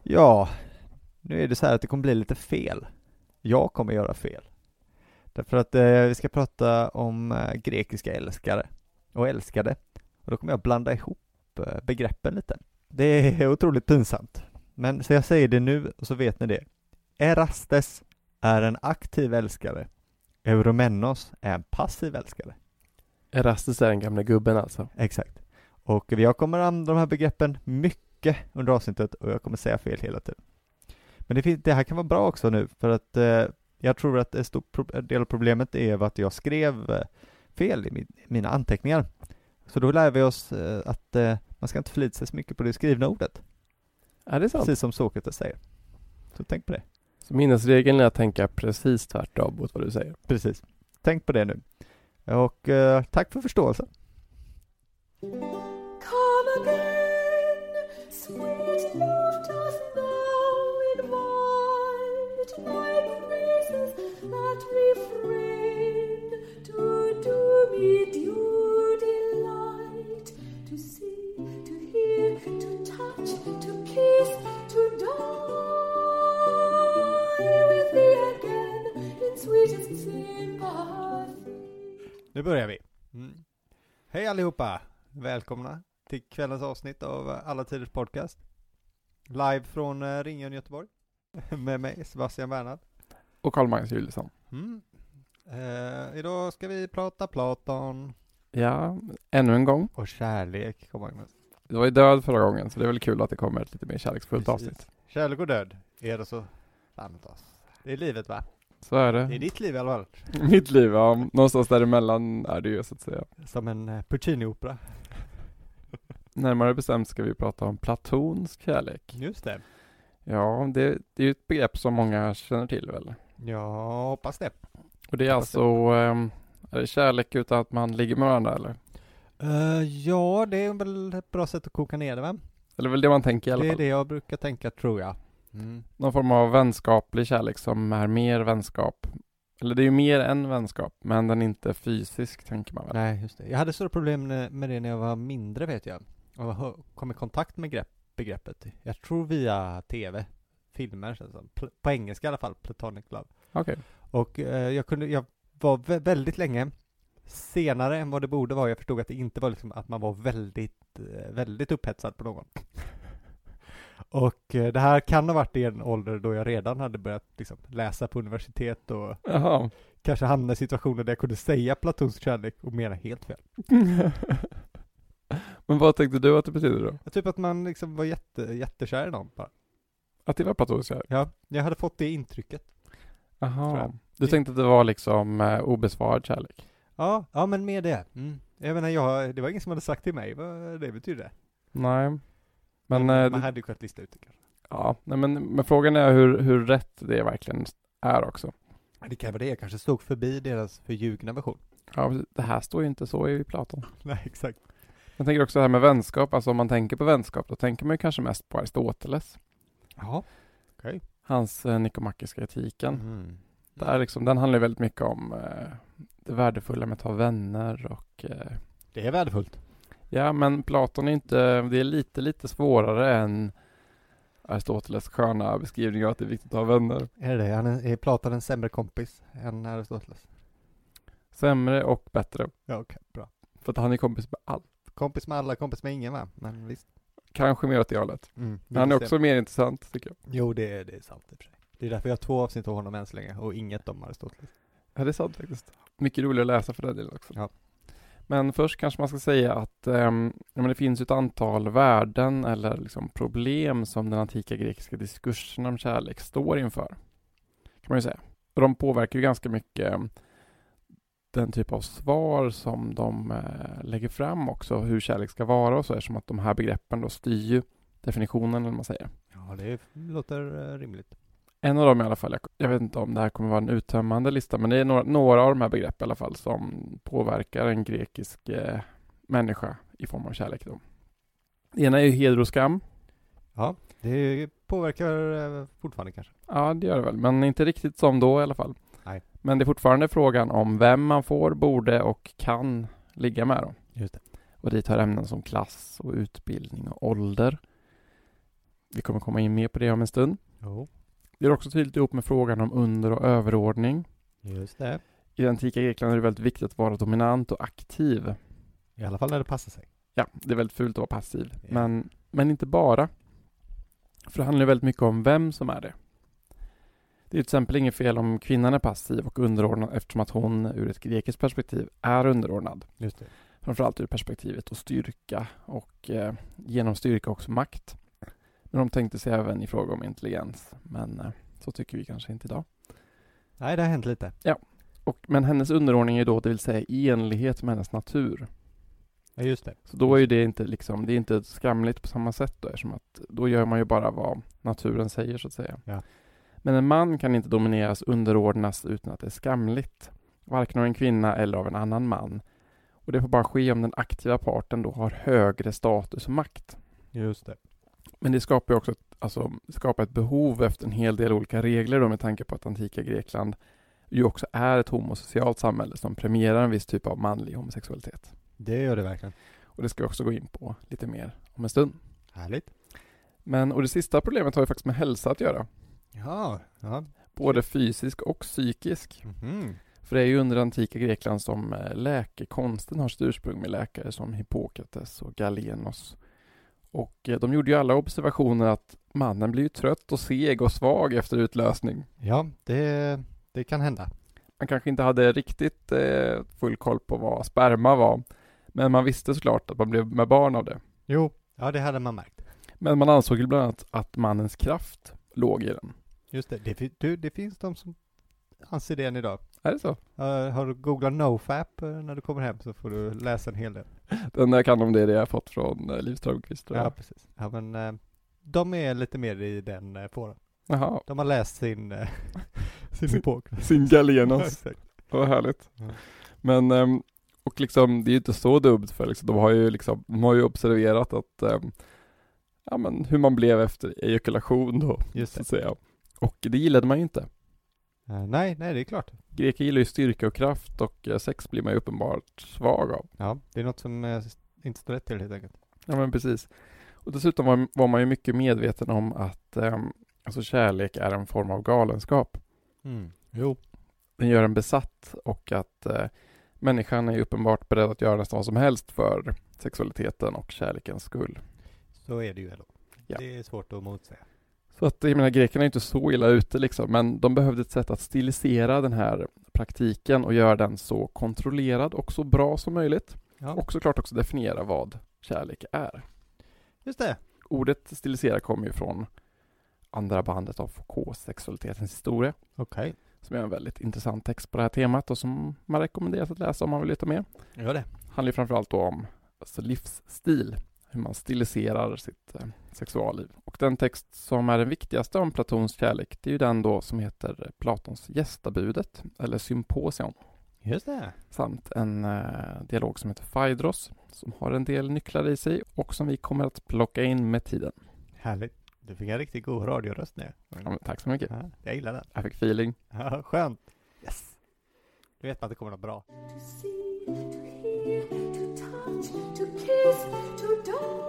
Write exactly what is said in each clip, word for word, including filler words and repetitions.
Ja, nu är det så här att det kommer bli lite fel. Jag kommer göra fel. Därför att eh, vi ska prata om eh, grekiska älskare och älskade. Och då kommer jag blanda ihop eh, begreppen lite. Det är otroligt pinsamt. Men så jag säger det nu och så vet ni det. Erastes är en aktiv älskare. Euromenos är en passiv älskare. Erastes är den gamla gubben alltså. Exakt. Och jag kommer använda de här begreppen mycket under avsnittet och jag kommer säga fel hela tiden. Men det, fin- det här kan vara bra också nu för att eh, jag tror att en stor pro- del av problemet är att jag skrev eh, fel i min, mina anteckningar. Så då lär vi oss eh, att eh, man ska inte förlita sig så mycket på det skrivna ordet. Är det sant? Precis som Sokrates säger. Så tänk på det. Så minnesregeln är att tänka precis tvärtom mot vad du säger. Precis. Tänk på det nu. Och eh, tack för förståelsen. Come again, sweet love doth now invite my praises that refrain to do me due delight, to see, to hear, to touch, to kiss, to die with thee again in sweetest sympathy. Nu börjar vi. Mm. Hej allihopa! Välkomna till kvällens avsnitt av Alla Tiders Podcast. Live från uh, Ringön, Göteborg. Med mig, Sebastian Bernhard. Och Carl-Magnus Juliusson. Mm. Uh, idag ska vi prata Platon. Ja, ännu en gång. Och kärlek, Carl-Magnus. Det var ju död förra gången, så det är väl kul att det kommer ett lite mer kärleksfullt Precis. avsnitt. Kärlek och död. Är det så? Antas. Det är livet, va? Så är det. Det är ditt liv i alla fall. Mitt liv, ja. Någonstans däremellan är det ju så att säga. Som en uh, Puccini-opera. Närmare bestämt ska vi prata om Platons kärlek. Just det. Ja, det, det är ju ett begrepp som många känner till väl. Jag hoppas det. Och det är Hoppas alltså, ähm, är det kärlek utan att man ligger med varandra eller? Uh, ja, det är väl ett bra sätt att koka ner det, va? Eller väl det man tänker i alla Det är fall. det jag brukar tänka, tror jag. Mm. Någon form av vänskaplig kärlek som är mer vänskap. Eller det är ju mer än vänskap, men den är inte fysisk, tänker man väl. Nej, just det. Jag hade stora problem med det när jag var mindre, vet jag. Och hö- kom i kontakt med grepp, begreppet. Jag tror via tv, filmer, så som, pl- på engelska i alla fall, Platonic Love. Okej. Och eh, jag kunde, jag var vä- väldigt länge senare än vad det borde vara. Jag förstod att det inte var liksom att man var väldigt, eh, väldigt upphetsad på någon. Och eh, det här kan ha varit i en ålder då jag redan hade börjat liksom, läsa på universitet och Jaha. kanske hamna i situationer där jag kunde säga Platons kärlek och mena helt fel. Men vad tänkte du att det betyder då? Jag typ att man liksom var jätte, jättekär i någon bara. Att det var platonisk kärlek? Ja, jag hade fått det intrycket. Tror Jaha. jag. Du tänkte att det var liksom eh, obesvarad kärlek? Ja, ja men med det. Mm. Jag menar, jag, det var ingen som hade sagt till mig vad det betyder. Nej. Men, Men eh, man det, hade ju kunnat lista ut det kanske. ja, nej, men, men frågan är hur, hur rätt det verkligen är också. Det kan vara det. Jag kanske stod förbi deras förljugna version. Ja, det här står ju inte så i Platon. Nej, exakt. Jag tänker också det här med vänskap. Alltså om man tänker på vänskap, då tänker man ju kanske mest på Aristoteles. Ja, okej. Hans eh, nikomakiska etiken. Mm. Där liksom, den handlar ju väldigt mycket om eh, det värdefulla med att ha vänner och eh, Det är värdefullt. ja, men Platon är inte, det är lite lite svårare än Aristoteles sköna beskrivning av att det är viktigt att ha vänner. Är det? Han är, är Platon en sämre kompis än Aristoteles? Sämre och bättre. Ja, okej, bra. För att han är kompis med allt. Kompis med alla, kompis med ingen, va? Men visst. Kanske mer åt det hållet. Mm, Men han är också mer intressant, tycker jag. Jo, det är, det är sant i och för sig. Det är därför jag har två avsnitt av honom än så länge och inget om Aristoteles. Ja, det är sant faktiskt. Mycket roligare att läsa för den delen också. Ja. Men först kanske man ska säga att um, men det finns ett antal värden eller liksom problem som den antika grekiska diskursen om kärlek står inför. Kan man ju säga. Och de påverkar ju ganska mycket um, den typ av svar som de uh, lägger fram också. Hur kärlek ska vara och så, eftersom att de här begreppen då styr ju definitionen, eller man säger. Ja, det låter uh, rimligt. En av dem i alla fall, jag, jag vet inte om det här kommer vara en uttömmande lista, men det är några, några av de här begrepp i alla fall som påverkar en grekisk eh, människa i form av kärlek. Då. Det ena är ju heder och skam. Ja, det påverkar uh, fortfarande kanske. Ja, det gör det väl, men inte riktigt som då i alla fall. Nej. Men det är fortfarande frågan om vem man får, borde och kan ligga med då. Just det. Och dit hör ämnen som klass och utbildning och ålder. Vi kommer komma in mer på det om en stund. Jo, Det är också tydligt ihop med frågan om under- och överordning. just det. I det antika Grekland är det väldigt viktigt att vara dominant och aktiv. I alla fall när det passar sig. Ja, det är väldigt fult att vara passiv. Ja. Men, men inte bara. För det handlar väldigt mycket om vem som är det. Det är till exempel inget fel om kvinnan är passiv och underordnad eftersom att hon ur ett grekiskt perspektiv är underordnad. Just det. Framförallt ur perspektivet och styrka och eh, genom styrka också makt. Men de tänkte sig även i fråga om intelligens. Men eh, så tycker vi kanske inte idag. Nej, det har hänt lite. Och, men hennes underordning är då, det vill säga i enlighet med hennes natur. Ja, just det. Så då är ju det inte liksom, det är inte skamligt på samma sätt då, eftersom att då gör man ju bara vad naturen säger så att säga. Ja. Men en man kan inte domineras, underordnas utan att det är skamligt. Varken av en kvinna eller av en annan man. Och det får bara ske om den aktiva parten då har högre status och makt. Just det. Men det skapar ju också ett, alltså, det skapar ett behov efter en hel del olika regler då, med tanke på att antika Grekland ju också är ett homosocialt samhälle som premierar en viss typ av manlig homosexualitet. Det gör det verkligen. Och det ska jag också gå in på lite mer om en stund. Härligt. Men, och det sista problemet har ju faktiskt med hälsa att göra. Ja, ja. Både fysisk och psykisk. Mhm. För det är ju under antika Grekland som eh, läkekonsten har sitt ursprung med läkare som Hippokrates och Galenos. Och eh, de gjorde ju alla observationer att mannen blir ju trött och seg och svag efter utlösning. Ja, det, det kan hända. Man kanske inte hade riktigt eh, full koll på vad sperma var. Men man visste såklart att man blev med barn av det. Jo, ja det hade man märkt. Men man ansåg ju bland annat att mannens kraft låg i den. Just det. Det, fi- du, det finns de som anser det än idag. Är det så? Uh, har du googlat NoFap uh, när du kommer hem så får du läsa en hel del. Den där kan om det är det jag fått från eh, Liv Strömquist, tror Ja, jag. precis. Ja, men uh, de är lite mer i den uh, fåran. Jaha. De har läst sin, uh, sin epok. Sin Galenos. Exakt. Vad härligt. Ja. Men, ehm, och liksom, det är ju inte så dumt för liksom, de har ju liksom, de har ju observerat att, ehm, ja men hur man blev efter ejakulation då, Just så det. att säga. Och det gillade man ju inte. Uh, nej, nej det är klart. Greker gillar ju styrka och kraft och eh, sex blir man ju uppenbart svag av. Ja, det är något som uh, inte står rätt till helt enkelt. Ja men precis. Och dessutom var, var man ju mycket medveten om att ehm, alltså kärlek är en form av galenskap. Mm. Jo. Den gör en besatt och att eh, människan är uppenbart beredd att göra nästan vad som helst för sexualiteten och kärlekens skull. Så är det ju ändå. Ja. Det är svårt att motsäga. Så att jag menar, grekerna är inte så illa ute liksom, men de behövde ett sätt att stilisera den här praktiken och göra den så kontrollerad och så bra som möjligt. Ja. Och såklart också definiera vad kärlek är. Just det. Ordet stilisera kommer ju från andra bandet av Foucaults Sexualitetens historia, Okej. som är en väldigt intressant text på det här temat och som man rekommenderas att läsa om man vill veta mer. Gör det. Handlar ju framförallt då om alltså livsstil, hur man stiliserar sitt eh, sexualliv. Och den text som är den viktigaste om Platons kärlek, det är ju den då som heter Platons gästabudet, eller symposion, Just det. samt en eh, dialog som heter Phaedros, som har en del nycklar i sig och som vi kommer att plocka in med tiden. Härligt. Du fick en riktigt god radioröst nu. Ja, men tack så mycket. Ja, jag gillar den. Jag fick feeling. Ja, skönt. Yes. Du vet att det kommer något bra. To see, to hear, to touch, to kiss, to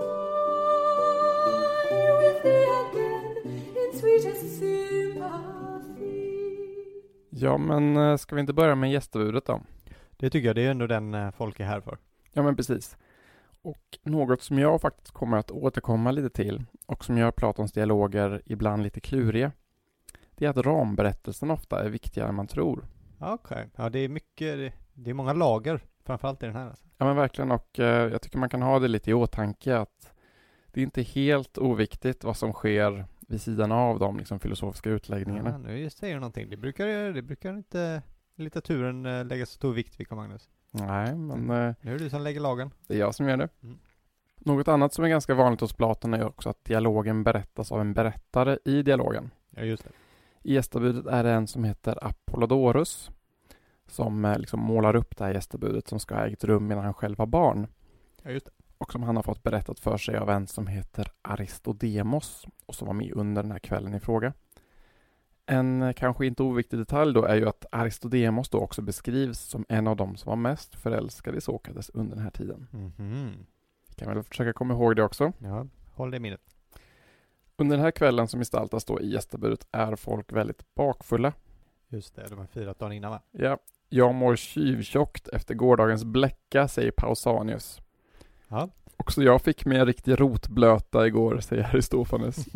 die with thee again in sweetest sympathy. Ja, men eh, ska vi inte börja med gästabudet då? Det tycker jag, det är ändå den eh, folk är här för. Ja, men precis. Och något som jag faktiskt kommer att återkomma lite till och som gör Platons dialoger ibland lite kluriga, det är att ramberättelsen ofta är viktigare än man tror. Okej. Ja, det är mycket, det, det är många lager, framförallt i den här. Alltså. Ja, men verkligen, och eh, jag tycker man kan ha det lite i åtanke att det är inte helt oviktigt vad som sker vid sidan av de liksom, filosofiska utläggningarna. Ja, nu säger du någonting. Det brukar, det brukar inte litteraturen eh, lägga så stor vikt vid, Magnus. Nej, men Mm. eh, Nu är det du som lägger lagen. det är jag som gör det. Mm. Något annat som är ganska vanligt hos Platon är också att dialogen berättas av en berättare i dialogen. Ja, just det. I gästabudet är det en som heter Apollodorus som eh, liksom målar upp det här gästabudet som ska ha ägt rum medan han själv var barn. Ja, just det. Och som han har fått berättat för sig av en som heter Aristodemos och som var med under den här kvällen i fråga. En eh, kanske inte oviktig detalj då är ju att Aristodemos då också beskrivs som en av dem som var mest förälskade i Sokrates under den här tiden. Mhm. Vi kan väl försöka komma ihåg det också. Ja, håll det i minnet. Under den här kvällen som gestaltas då i gästabudet är folk väldigt bakfulla. Just det, de har firat dagen innan va? Ja, jag mår tjuvtjockt efter gårdagens bläcka, säger Pausanius. Ja. Också jag fick mig en riktig rotblöta igår, säger Aristofanes.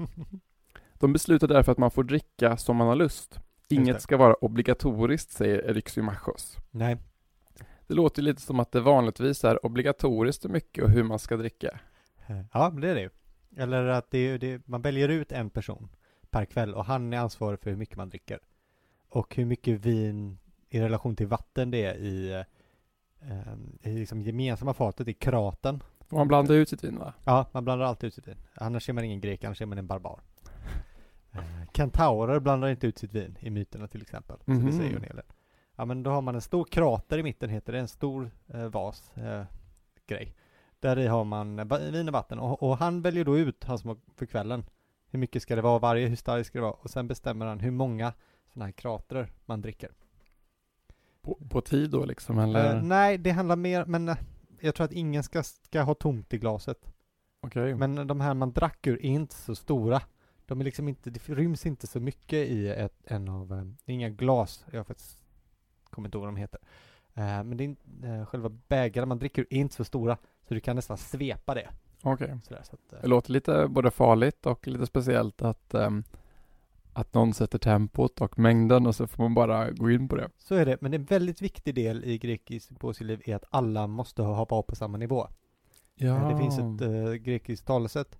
De beslutar därför att man får dricka som man har lust. Inget ska vara obligatoriskt, säger Eryximachos. Nej. Det låter lite som att det vanligtvis är obligatoriskt hur mycket och hur man ska dricka. Ja, det är det ju. Eller att det, det, man väljer ut en person per kväll och han är ansvarig för hur mycket man dricker. Och hur mycket vin i relation till vatten det är i, eh, i liksom gemensamma fatet i kraten. Får man blanda ut sitt vin va? Ja, man blandar alltid ut sitt vin. Annars är man ingen grek, annars är man en barbar. Eh, Kentaurer blandar inte ut sitt vin i myterna till exempel. Så Mhm. det säger ju en hel del. Ja, men då har man en stor krater i mitten, heter det. En stor eh, vas eh, grej. Där i har man va- vin och vatten. Och, och han väljer då ut, han som har för kvällen. Hur mycket ska det vara varje, hur starkt ska det vara? Och sen bestämmer han hur många sådana här kratrer man dricker. På, på tid då liksom, eller? Eh, nej, det handlar mer, men eh, jag tror att ingen ska, ska ha tomt i glaset. Okej. Men de här man drack ur är inte så stora. De är liksom inte, det ryms inte så mycket i ett, en av, eh, det är inga glas, jag har faktiskt kommer inte ihåg vad de heter. Eh, men det är inte, eh, själva bägaren man dricker ur är inte så stora, så du kan nästan svepa det. Okej. Sådär, så att, eh, Det låter lite både farligt och lite speciellt att, ehm, att någon sätter tempot och mängden och så får man bara gå in på det. så är det, men en väldigt viktig del i grekiskt symposieliv är att alla måste ha hoppa upp på samma nivå. Ja. Eh, Det finns ett eh, grekiskt talesätt.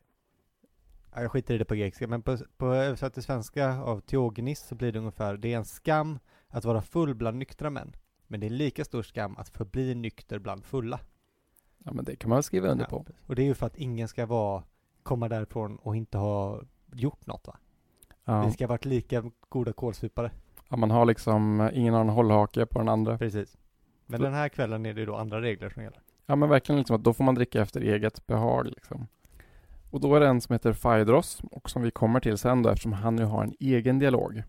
Ja, jag skiter i det på grekiska, men på, på översatt till svenska av Theogenis så blir det ungefär: det är en skam att vara full bland nyktra män, men det är lika stor skam att förbli nykter bland fulla. Ja, men det kan man skriva under Ja, på. och det är ju för att ingen ska vara, komma därifrån och inte ha gjort något va? Ja. Vi ska ha varit lika goda kålsupare. Ja, man har liksom ingen annan hållhake på den andra. Precis. Men Så- den här kvällen är det ju då andra regler som gäller. Ja, men verkligen liksom att då får man dricka efter eget behag liksom. Och då är det en som heter Phaedros och som vi kommer till sen då eftersom han nu har en egen dialog.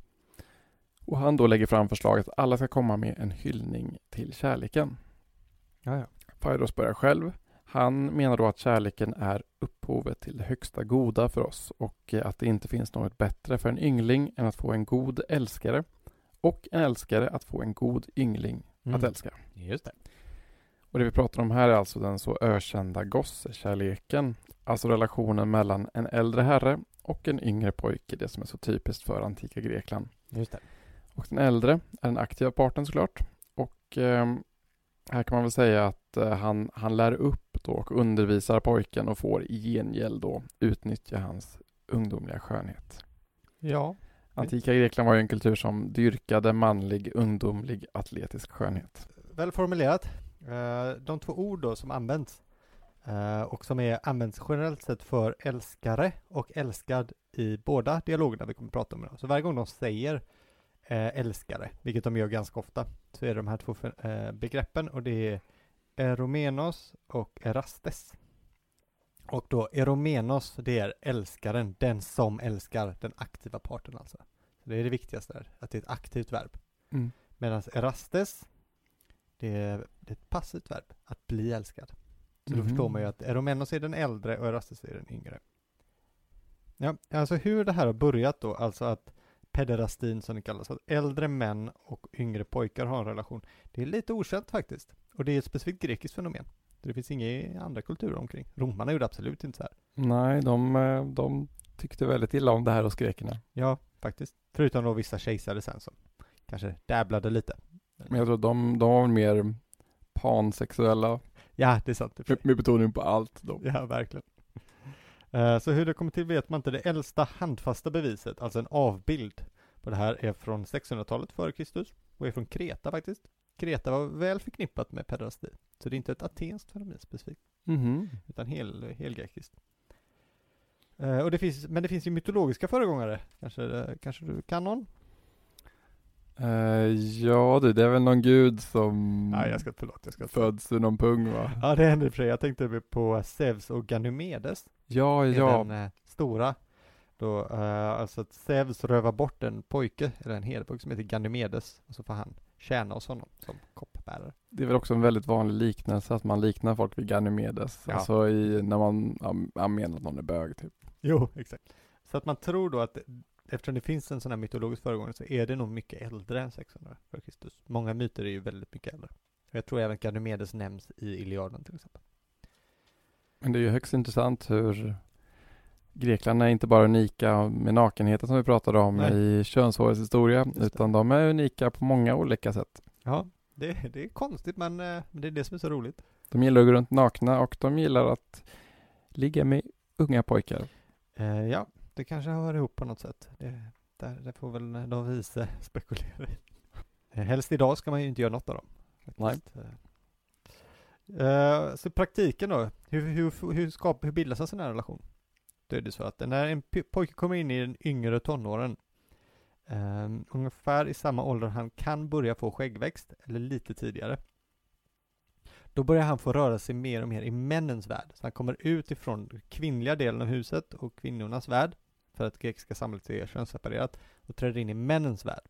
Och han då lägger fram förslaget att alla ska komma med en hyllning till kärleken. Ja, ja. Phaedros börjar själv. Han menar då att kärleken är upphovet till det högsta goda för oss och eh, att det inte finns något bättre för en yngling än att få en god älskare och en älskare att få en god yngling att älska. Just det. Och det vi pratar om här är alltså den så ökända gossekärleken, alltså relationen mellan en äldre herre och en yngre pojke, det som är så typiskt för antika Grekland. Just det. Och den äldre är den aktiva parten såklart. Och eh, här kan man väl säga att eh, han, han lär upp då och undervisar pojken och får i gengäld då utnyttja hans ungdomliga skönhet. Ja. Antika Grekland var ju en kultur som dyrkade manlig, ungdomlig, atletisk skönhet. Väl formulerat. Eh, De två ord då som används eh, och som är används generellt sett för älskare och älskad i båda dialogerna vi kommer att prata om idag. Så varje gång de säger eh, älskare, vilket de gör ganska ofta, så är det de här två för, eh, begreppen och det är eromenos och erastes. Och då eromenos, det är älskaren, den som älskar, den aktiva parten alltså. Så det är det viktigaste där, att det är ett aktivt verb. Mm. Medan erastes, det är, det är ett passivt verb, att bli älskad. Så då Mhm. förstår man ju att eromenos är den äldre och erastes är den yngre. Ja, alltså hur det här har börjat då, alltså att pederastin som det kallas, att äldre män och yngre pojkar har en relation. Det är lite okänt faktiskt. Och det är ett specifikt grekiskt fenomen. Det finns inga andra kulturer omkring. Romarna gjorde absolut inte så här. Nej, de, eh, de tyckte väldigt illa om det här hos grekerna. Ja, faktiskt. Förutom då vissa kejsare sen som kanske dabblade lite. Men jag tror att de, de var väl mer pansexuella, Ja, det är sant. med, med betoning på allt. Då. Ja, verkligen. Uh, så hur det kommer till vet man inte. Det äldsta handfasta beviset, alltså en avbild på det här, är från sexhundratalet före Kristus och är från Kreta faktiskt. Kreta var väl förknippat med pederasti. Så det är inte ett atenskt fenomen specifikt, Mhm. utan hel, helgrekiskt. Uh, och det finns, men det finns ju mytologiska föregångare. Kanske, uh, kanske du kan någon? Eh, ja, det, det är väl någon gud som Nej, jag ska förlåt. Jag ska föds ur någon pung, va? Ja, det händer i och för sig. Jag tänkte på Zeus och Ganymedes. Ja, Är ja. den eh, stora. Då, eh, alltså att Zeus rövar bort en pojke, eller en herdepojke som heter Ganymedes. Och så får han tjäna hos honom som koppbärare. Det är väl också en väldigt vanlig liknelse att man liknar folk vid Ganymedes. Ja. Alltså i, när man ja, menar att någon är bög, typ. Jo, exakt. Så att man tror då att eftersom det finns en sån här mytologisk föregångare så är det nog mycket äldre än sexhundra före Kristus. Många myter är ju väldigt mycket äldre. Jag tror även Ganymedes nämns i Iliaden till exempel. Men det är ju högst intressant hur Grekland är inte bara unika med nakenheten som vi pratade om Nej. i könshårets historia, det. utan de är unika på många olika sätt. Ja, det, det är konstigt men eh, det är det som är så roligt. De gillar att gå runt nakna och de gillar att ligga med unga pojkar. Eh, ja, det kanske hör ihop på något sätt. Det, där, det får väl de vise spekulera i. Eh, helst idag ska man ju inte göra något av dem. Faktiskt. Nej. Eh, så praktiken då, hur, hur, hur, skap, hur bildas en sån här relation? Då är det så att när en pojke kommer in i den yngre tonåren, um, ungefär i samma ålder han kan börja få skäggväxt, eller lite tidigare, då börjar han få röra sig mer och mer i männens värld. Så han kommer ut ifrån den kvinnliga delen av huset och kvinnornas värld, för att grekiska samhället är könsseparerat, och träder in i männens värld.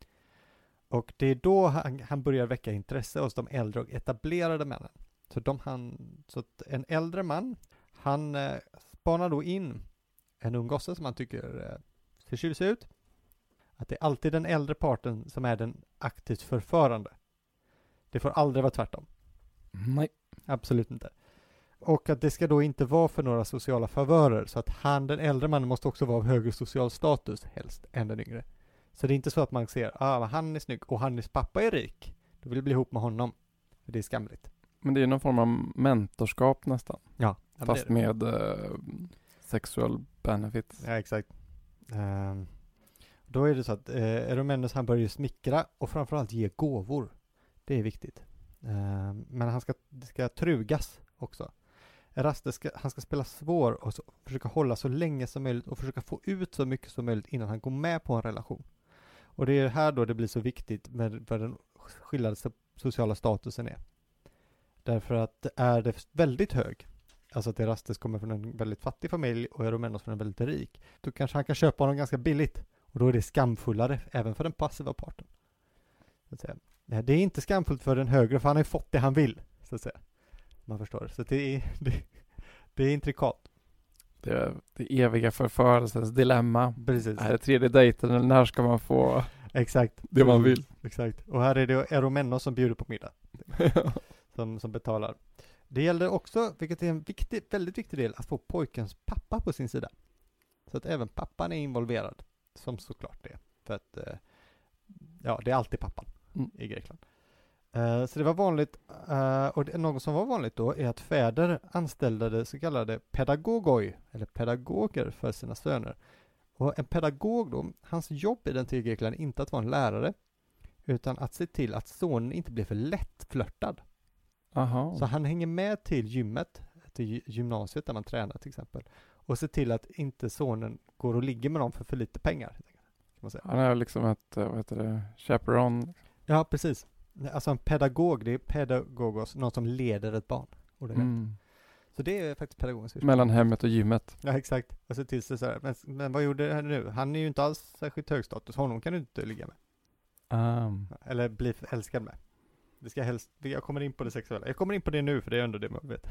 Och det är då han, han börjar väcka intresse hos de äldre och etablerade männen. Så, de han, så att en äldre man, han eh, spanar då in en ung gosse som han tycker eh, ser tjusig ut. Att det är alltid den äldre parten som är den aktivt förförande. Det får aldrig vara tvärtom. Nej. Absolut inte. Och att det ska då inte vara för några sociala favörer. Så att han, den äldre mannen, måste också vara av högre social status helst än den yngre. Så det är inte så att man ser, ah, han är snygg och hans pappa är rik. Då vill jag bli ihop med honom. För det är skamligt. Men det är någon form av mentorskap nästan. Ja. Fast det det. med uh, sexual benefits. Ja, exakt. Um, då är det så att uh, Eromenos, han börjar smickra och framförallt ge gåvor. Det är viktigt. Um, men han ska, det ska trugas också. Erastes ska, han ska spela svår och så, försöka hålla så länge som möjligt och försöka få ut så mycket som möjligt innan han går med på en relation. Och det är här då det blir så viktigt med vad den skillnade sociala statusen är. Därför att är det väldigt hög, alltså att Erastes kommer från en väldigt fattig familj och Eromenos från en väldigt rik, då kanske han kan köpa honom ganska billigt. Och då är det skamfullare även för den passiva parten. Så att säga. Det är inte skamfullt för den högre, för han har fått det han vill, så att säga. Man förstår. Så det är, det, det är intrikat. Det är det eviga förförelsens dilemma. Precis. Är det tredje dejten eller när ska man få Exakt. det man vill? Exakt. Och här är det Eromenos som bjuder på middag. som, som betalar. Det gäller också, vilket är en viktig, väldigt viktig del, att få pojkens pappa på sin sida. Så att även pappan är involverad. Som såklart det är. För att ja, det är alltid pappan mm. i Grekland. Uh, så det var vanligt, uh, och det, något som var vanligt då är att fäder anställde så kallade pedagogoi, eller pedagoger för sina söner. Och en pedagog då, hans jobb i den tidiga Grekland är inte att vara en lärare, utan att se till att sonen inte blir för lättflörtad. Aha. Så han hänger med till gymmet, till gymnasiet där man tränar till exempel, och se till att inte sonen går och ligger med någon för för lite pengar. Kan man säga. Han är liksom ett, vad heter det, chaperon. Ja, precis. Alltså en pedagog, det är pedagogos, någon som leder ett barn. Mm. Så det är faktiskt pedagogens ursprung. Mellan hemmet och gymmet. Ja, exakt. Och så till sig så här. Men, men vad gjorde han nu? Han är ju inte alls särskilt hög status. Honom kan du inte ligga med. Um. Eller bli älskad med. Det ska helst, jag kommer in på det sexuella. Jag kommer in på det nu, för det är ändå det man vet.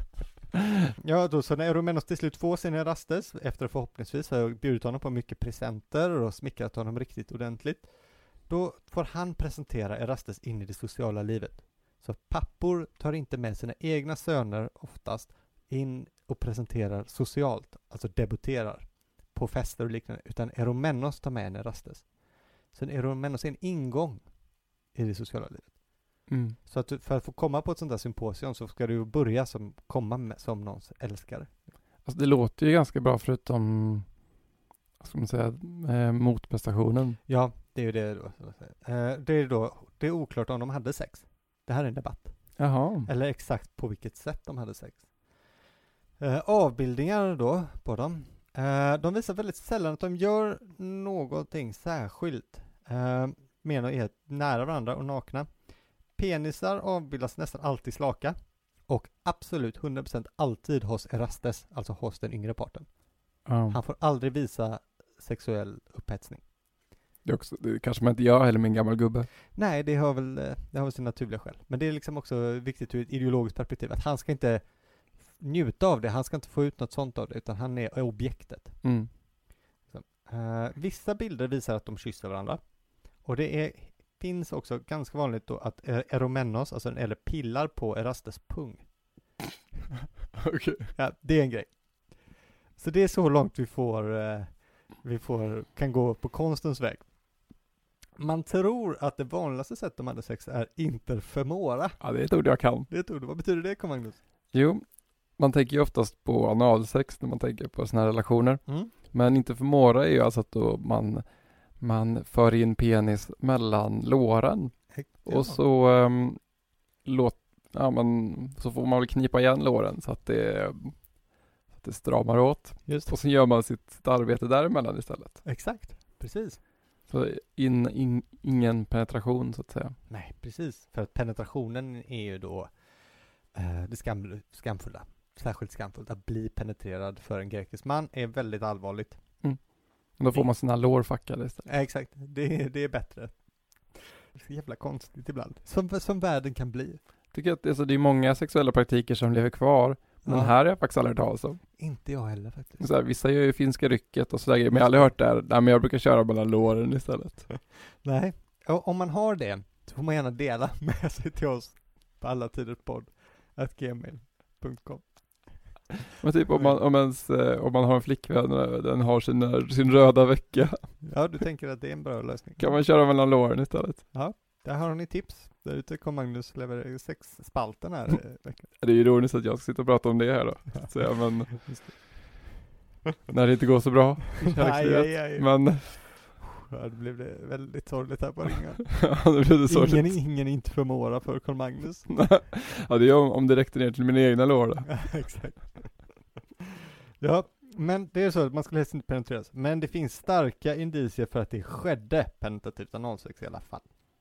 Ja, då så när Eromenos till slut får sin Erastes, efter förhoppningsvis har jag bjudit honom på mycket presenter och smickrat honom riktigt ordentligt. Då får han presentera Erastes in i det sociala livet. Så pappor tar inte med sina egna söner oftast in och presenterar socialt, alltså debuterar på fester och liknande, utan Eromenos tar med en Erastes. Så Eromenos är en ingång i det sociala livet. Mm. Så att du, för att få komma på ett sånt där symposium så ska du börja som, komma med, som någons älskare. Alltså det låter ju ganska bra förutom, vad ska man säga, eh, motprestationen. Ja, det är ju det då. Eh, det är då, det är oklart om de hade sex. Det här är en debatt. Jaha. Eller exakt på vilket sätt de hade sex. Eh, avbildningar då på dem. Eh, de visar väldigt sällan att de gör någonting särskilt. Eh, menar är nära varandra och nakna. Penisar avbildas nästan alltid slaka. Och absolut hundra procent alltid hos Erastes, alltså hos den yngre parten. Um. Han får aldrig visa sexuell upphetsning. Det, är också, det kanske man inte gör heller med en gammal gubbe. Nej, det har väl, det har väl sin naturliga skäl. Men det är liksom också viktigt ur ett ideologiskt perspektiv att han ska inte njuta av det. Han ska inte få ut något sånt av det, utan han är objektet. Mm. Uh, vissa bilder visar att de kysser varandra. Och det är, finns också ganska vanligt då att Eromenos, alltså, eller pillar på Erastes pung. Okej. Ja, det är en grej. Så det är så långt vi får, uh, vi får kan gå på konstens väg. Man tror att det vanligaste sättet de hade sex är interfemora. Ja, det är ett ord jag kan. Det är ett ord. Vad betyder det, Magnus? Jo, man tänker ju oftast på analsex när man tänker på såna här relationer. Mm. Men interfemora är ju alltså att då man, man för in penis mellan låren. Ja. Och så, um, låt, ja, man, så får man väl knipa igen låren så att det, så att det stramar åt. Just. Och sen gör man sitt, sitt arbete däremellan istället. Exakt, precis. Så in, in, ingen penetration så att säga. Nej, precis. För att penetrationen är ju då eh, det skam, skamfulla. Särskilt skamfullt. Att bli penetrerad för en grekisk man är väldigt allvarligt. Mm. Och då får man sina lår fackade istället. Ja, exakt. Det, det är bättre. Det är så jävla konstigt ibland. Som, som världen kan bli. Tycker att alltså, det är många sexuella praktiker som lever kvar. Men Ja. här har jag faktiskt aldrig hört talas om. Inte jag heller faktiskt. Så här, vissa gör ju finska rycket och sådär. Men jag har aldrig hört det här. Nej, men jag brukar köra mellan låren istället. Nej. Och om man har det så får man gärna dela med sig till oss på alla tiders podd at gmail punkt com. Men typ om man, om, ens, om man har en flickvän och den har sin, sin röda vecka. Ja, du tänker att det är en bra lösning. Kan man köra mellan låren istället? Ja, där har ni tips. Där ute kommer Magnus leverera sex spalten här i veckan. Det är ju ironiskt att jag ska sitta och prata om det här då. Så jag, men när det inte går så bra i Aj, kärlekslivet. aj, aj. Men Ja, det blev det väldigt sorgligt här på ringen. ja, det blev det sorgligt. Ingen, ingen inte förmåra för Carl Magnus. Ja, det är om, om det räckte ner till mina egna lår då. Exakt. Ja, men det är så att man skulle helst inte penetreras. Men det finns starka indicier för att det skedde penetrativt analsex i alla fall.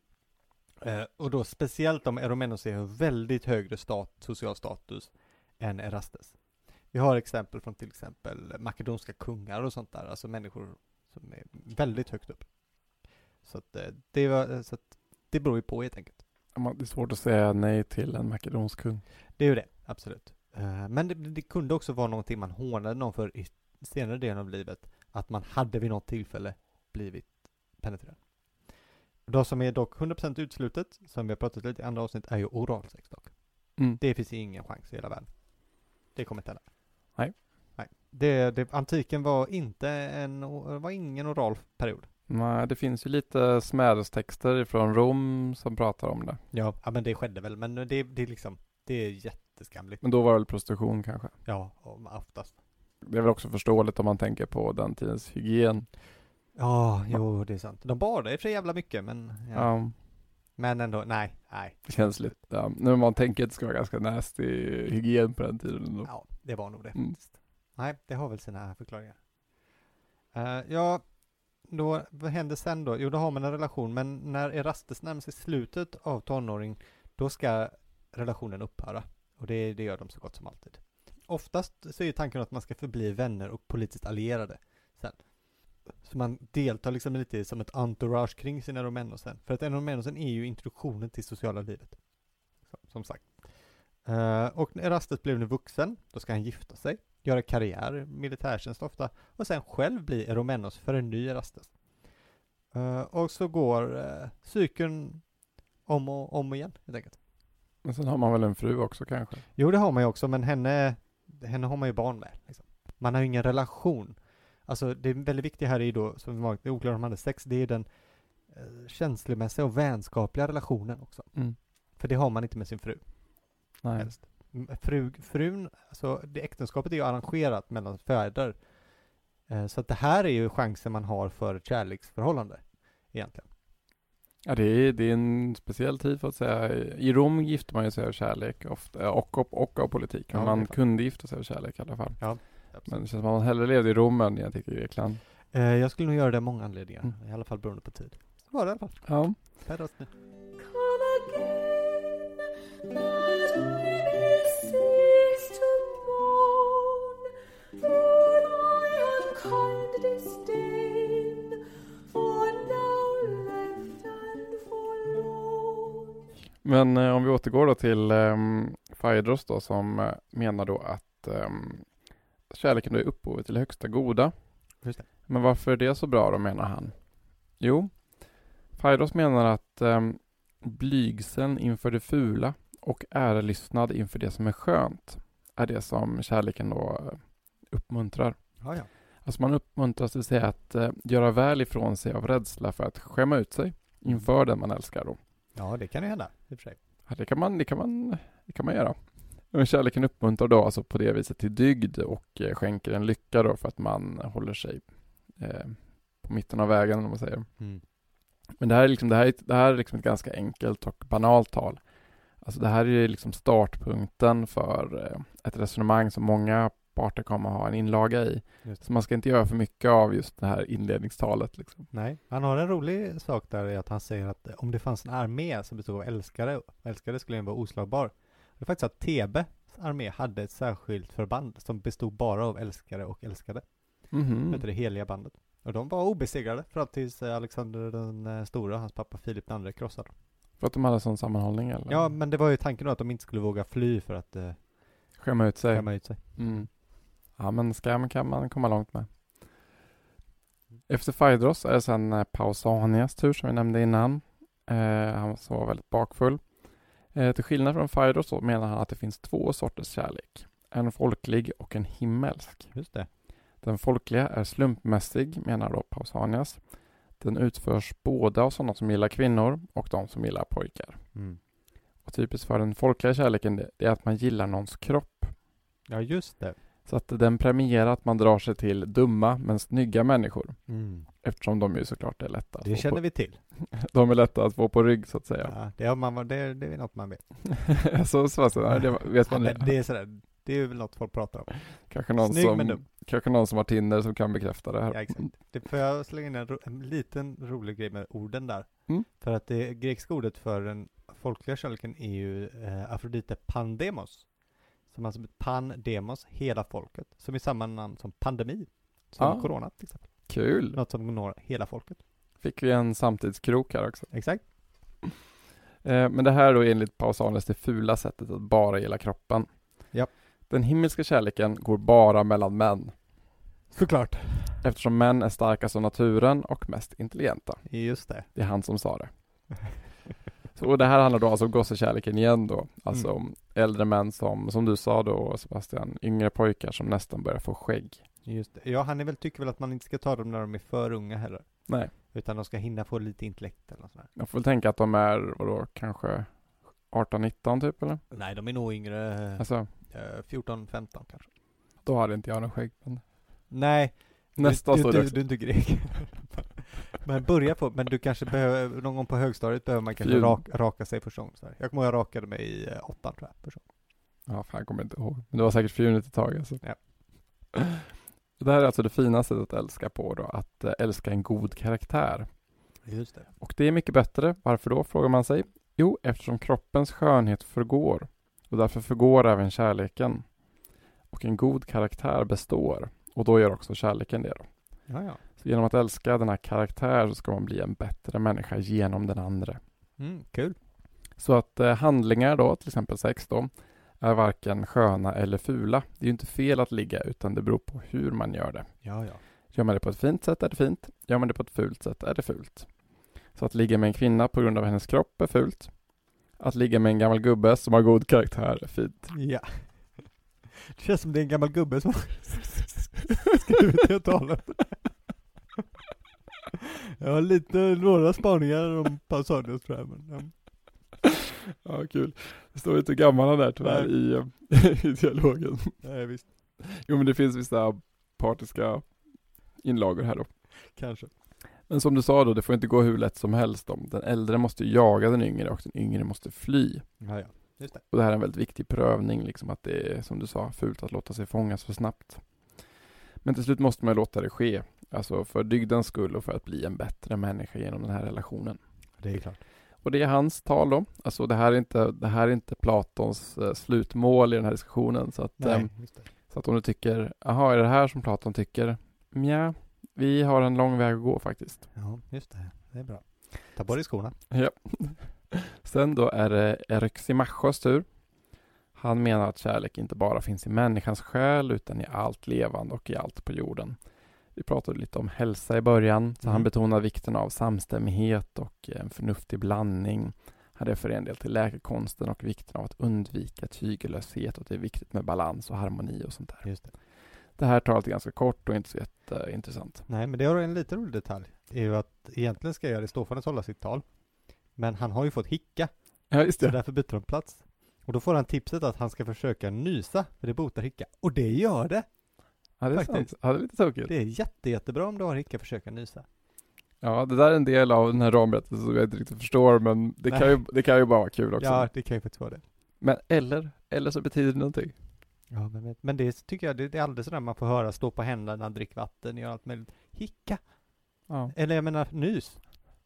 Eh, och då speciellt om Eromenos är en väldigt högre stat, social status än Erastes. Vi har exempel från till exempel makedonska kungar och sånt där. Alltså människor som är väldigt högt upp. Så att, eh, det, var, så att det beror ju på helt enkelt. Det är svårt att säga nej till en makedonsk kung. Det är ju det, absolut. Uh, men det, det kunde också vara någonting man hånade någon för i senare delen av livet. Att man hade vid något tillfälle blivit penetrerad. Det som är dock hundra procent utslutet, som vi har pratat lite i andra avsnitt, är ju oralsex dock. Mm. Det finns ingen chans i hela världen. Det kommer inte hända. Nej. Nej. Det, det, antiken var inte en, var ingen oral period. Nej, det finns ju lite smädestexter från Rom som pratar om det. Ja, ja men det skedde väl. Men det, det är liksom, det är jätteskamligt. Men då var det väl prostitution kanske. Ja, oftast. Det är väl också förståeligt om man tänker på den tidens hygien. Ja, jo, det är sant. De badade för jävla mycket, men ja. Ja, Men ändå, nej, nej. det känns lite. Ja, när man tänker att det ska vara ganska nasty hygien på den tiden ändå. Ja, det var nog det. Mm. Nej, det har väl sina förklaringar. Uh, ja, då, vad händer sen då? Jo, då har man en relation, men när Erastes närmar sig slutet av tonåring, då ska relationen upphöra. Och det, det gör de så gott som alltid. Oftast så är tanken att man ska förbli vänner och politiskt allierade sen. Så man deltar liksom lite som ett entourage kring sina Eromenosen. För att Eromenosen är ju introduktionen till sociala livet. Så, som sagt. Uh, och när Erastes blev nu vuxen, då ska han gifta sig, göra karriär, militärtjänst ofta, och sen själv bli Eromenos för en ny Erastes. Uh, och så går uh, cykeln om och om igen, helt enkelt. Men sen har man väl en fru också kanske? Jo, det har man ju också, men henne, henne har man ju barn med. Liksom. Man har ju ingen relation. Alltså, det väldigt viktiga här är ju då, som var det oklart om man hade sex, det är den uh, känslomässiga och vänskapliga relationen också. Mm. För det har man inte med sin fru. Nej. Helst. Fru, frun, alltså det äktenskapet är ju arrangerat mellan fäder. Eh, så att det här är ju chansen man har för ett kärleksförhållande egentligen. Ja, det är, det är en speciell tid för att säga. I Rom gifte man ju sig av kärlek ofta, och, och, och av politik. Men Ja, man kunde gifta sig av kärlek i alla fall. Ja, Men det känns som att man hellre levde i Rom än jag tycker i Grekland. eh, jag skulle nog göra det av många anledningar. Mm. I alla fall beroende på tid. Så var det i alla fall. Ja. Per rösten. Come again, that I may cease to mourn for thy unkind disdain, for now left and forlorn. Men eh, om vi återgår då till eh, Phaedros då, som eh, menar då att att um, kärleken då är upphovet till det högsta goda. Just det. Men varför är det så bra då, menar han? Jo, Phaedros menar att um, blygseln inför det fula och ärelystnad inför det som är skönt är det som kärleken då uh, uppmuntrar. Ja, ja. Alltså man uppmuntras till att säga att uh, göra väl ifrån sig av rädsla för att skämma ut sig inför den man älskar då. Ja, det kan ju hända i och för sig. Ja, det kan man, det kan man, det kan man göra. Men kärleken uppmuntrar då alltså på det viset till dygd och eh, skänker en lycka då för att man håller sig eh, på mitten av vägen, om man säger. Mm. Men det här är liksom, det här är, det här är liksom ett ganska enkelt och banalt tal. Alltså det här är liksom startpunkten för eh, ett resonemang som många parter kommer ha en inlaga i. Just. Så man ska inte göra för mycket av just det här inledningstalet liksom. Nej, han har en rolig sak där i att han säger att om det fanns en armé som bestod av älskare, älskare skulle den vara oslagbar. Det är faktiskt att Thebes armé hade ett särskilt förband som bestod bara av älskare och älskade. Mhm. Det heter det heliga bandet. Och de var obesegrade fram tills Alexander den stora, hans pappa Filip den andra krossade. För att de hade sån sammanhållning eller? Ja, men det var ju tanken då att de inte skulle våga fly för att eh, Skämma ut sig. skämma ut sig. Mm. Ja, men skam kan man komma långt med. Efter Phaedros är det sen eh, Pausanias tur som vi nämnde innan. Eh, han var väldigt bakfull. Eh, till skillnad från Phaedros så menar han att det finns två sorters kärlek. En folklig och en himmelsk. Just det. Den folkliga är slumpmässig, menar då Pausanias. Den utförs både av sådana som gillar kvinnor och de som gillar pojkar. Mm. Och typiskt för den folkliga kärleken det, det är att man gillar någons kropp. Ja, just det. Så att den premierar att man drar sig till dumma men snygga människor. Mm. Eftersom de ju såklart är lätta att Det få känner på, vi till. de är lätta att få på rygg så att säga. Ja, det, har man, det, det är något man vet. så så, så det vet man Ja, det. men det är sådär, det är väl något folk pratar om. Kanske någon, Snygg men som, dum. kanske någon som har Tinder som kan bekräfta det här. Ja, exakt. Det får jag slänga in en, ro, en liten rolig grej med orden där. Mm. För att det grekiska ordet för den folkliga kärleken är ju eh, Afrodite pandemos. Som alltså pandemos, hela folket. Som är samma namn som pandemi. Som Ah. corona till exempel. Kul! Något som når hela folket. Fick vi en samtidskrok här också. Exakt. Eh, men det här är då enligt Pausanias det fula sättet att bara gilla kroppen. Ja. Den himmelska kärleken går bara mellan män. Såklart. Eftersom män är starkast av naturen och mest intelligenta. Just det. Det är han som sa det. Så, och det här handlar då alltså om gossekärleken igen då. Alltså Mm. om äldre män som, som du sa då Sebastian, yngre pojkar som nästan börjar få skägg. Just det. Ja, han är väl, tycker väl att man inte ska ta dem när de är för unga heller. Nej, Utan de ska hinna få lite intellekt eller något sånt där. jag får väl tänka att de är, vadå, kanske arton nitton typ eller? Nej, de är nog yngre. Alltså, eh, fjorton femton kanske. då hade inte jag någon skägg. Men Nej. nästa du, står du, det du, också. du är inte grek. Men börja på, men du kanske behöver, någon gång på högstadiet behöver man kanske Fjun. rak, raka sig första gången. Så här. Jag kommer ihåg jag rakade mig i eh, åttan tror jag. Första gången. Ja, fan jag kommer inte ihåg. Men det var säkert fjunigt ett tag alltså. Ja. Det här är alltså det fina sättet att älska på då. Att eh, älska en god karaktär. Just det. Och det är mycket bättre. Varför då, frågar man sig. Jo, eftersom kroppens skönhet förgår. Och därför förgår även kärleken. Och en god karaktär består. Och då gör också kärleken det då. Ja, ja. Så genom att älska den här karaktären så ska man bli en bättre människa genom den andra. Mm, kul. Så att eh, handlingar då, till exempel sex då, är varken sköna eller fula. Det är ju inte fel att ligga utan det beror på hur man gör det. Ja, ja. Gör man det på ett fint sätt är det fint. Gör man det på ett fult sätt är det fult. Så att ligga med en kvinna på grund av hennes kropp är fult. Att ligga med en gammal gubbe som har god karaktär är fint. Ja. Det känns som det är en gammal gubbe som skrivit det talet. Jag har lite, några spaningar om Pausanias tror jag. Men, ja. Ja, kul. Det står inte gammal där tyvärr i, i dialogen. Nej, visst. Jo, men det finns vissa partiska inlagor här då. Kanske. Men som du sa då, det får inte gå hur lätt som helst om. Den äldre måste jaga den yngre och den yngre måste fly. Ja, ja. Just det. Och det här är en väldigt viktig prövning, liksom att det är, som du sa, fult att låta sig fångas för snabbt. Men till slut måste man låta det ske. Alltså för dygdens skull och för att bli en bättre människa genom den här relationen. Det är klart. Och det är hans tal då. Alltså det här är inte, det här är inte Platons eh, slutmål i den här diskussionen. Så att, Nej, eh, just det. så att om du tycker, aha, är det här som Platon tycker? Mja, vi har en lång väg att gå faktiskt. Ja, just det. Det är bra. Ta på dig skorna. Ja. Sen då är det Eryximachos tur. Han menar att kärlek inte bara finns i människans själ utan i allt levande och i allt på jorden. Vi pratade lite om hälsa i början, så Mm. han betonar vikten av samstämmighet och en förnuftig blandning. Han refererar en del till läkekonsten och vikten av att undvika tygellöshet och att det är viktigt med balans och harmoni och sånt där. Just det. Det här talet är ganska kort och inte så jätteintressant. Nej, men det har en lite rolig detalj. är ju att egentligen ska Aristofanes hålla sitt tal. Men han har ju fått hicka. Ja, just Så det. därför byter de plats. Och då får han tipset att han ska försöka nysa. För det botar hicka. Och det gör det! Ja, det är faktiskt. sant. Ja, det är lite tokigt. Det är jätte, jättebra om du har hicka försöka nysa. Ja, det där är en del av den här ramberättelsen som jag inte riktigt förstår, men det kan, ju, det kan ju bara vara kul också. Ja, det kan ju faktiskt vara det. Men eller, eller så betyder det någonting. Ja, men, men det tycker jag, det, det är alldeles sådär man får höra stå på händerna, dricka vatten, göra allt möjligt. Hicka! Ja. Eller jag menar nys.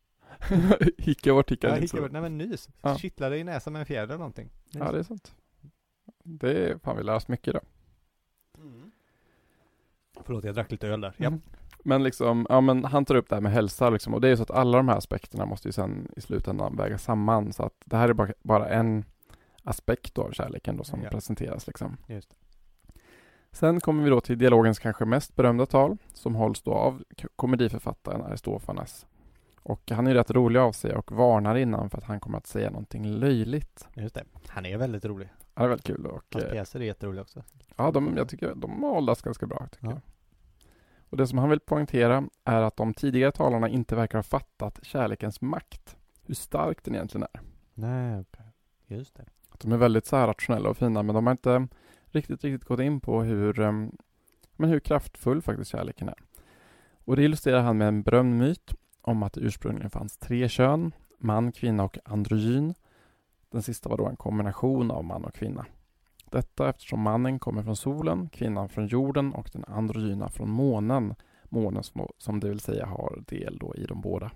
Hicka vart hicka. Ja, inte hicka, så. nej men nys. Ja. Kittlar dig i näsan med en fjäder eller någonting. Nys. Ja, det är sant. Det är fan, vi lär oss mycket då. Mm. Förlåt, jag drack lite öl där. Mm. Men liksom, ja men han tar upp det här med hälsa liksom, och det är så att alla de här aspekterna måste ju sen i slutändan väga samman, så att det här är bara, bara en aspekt då av kärleken då som Ja. presenteras liksom. Just det. Sen kommer vi då till dialogens kanske mest berömda tal som hålls då av k- komediförfattaren Aristofanes. Och han är ju rätt rolig av sig och varnar innan för att han kommer att säga någonting löjligt. Just det. Han är väldigt rolig. Ja, det är väldigt kul. Och, Hans eh, pjäser är jätteroliga också. ja, de, jag tycker de har hållits ganska bra, tycker Ja. jag. Och det som han vill poängtera är att de tidigare talarna inte verkar ha fattat kärlekens makt. Hur stark den egentligen är. Nej, okej. Just det. Att de är väldigt så här rationella och fina, men de har inte riktigt, riktigt gått in på hur, um, men hur kraftfull faktiskt kärleken är. Och det illustrerar han med en berömd myt om att det ursprungligen fanns tre kön, man, kvinna och androgyn. Den sista var då en kombination av man och kvinna. Detta eftersom mannen kommer från solen, kvinnan från jorden och den androgyna från månen. Månen som, som det vill säga har del då i de båda.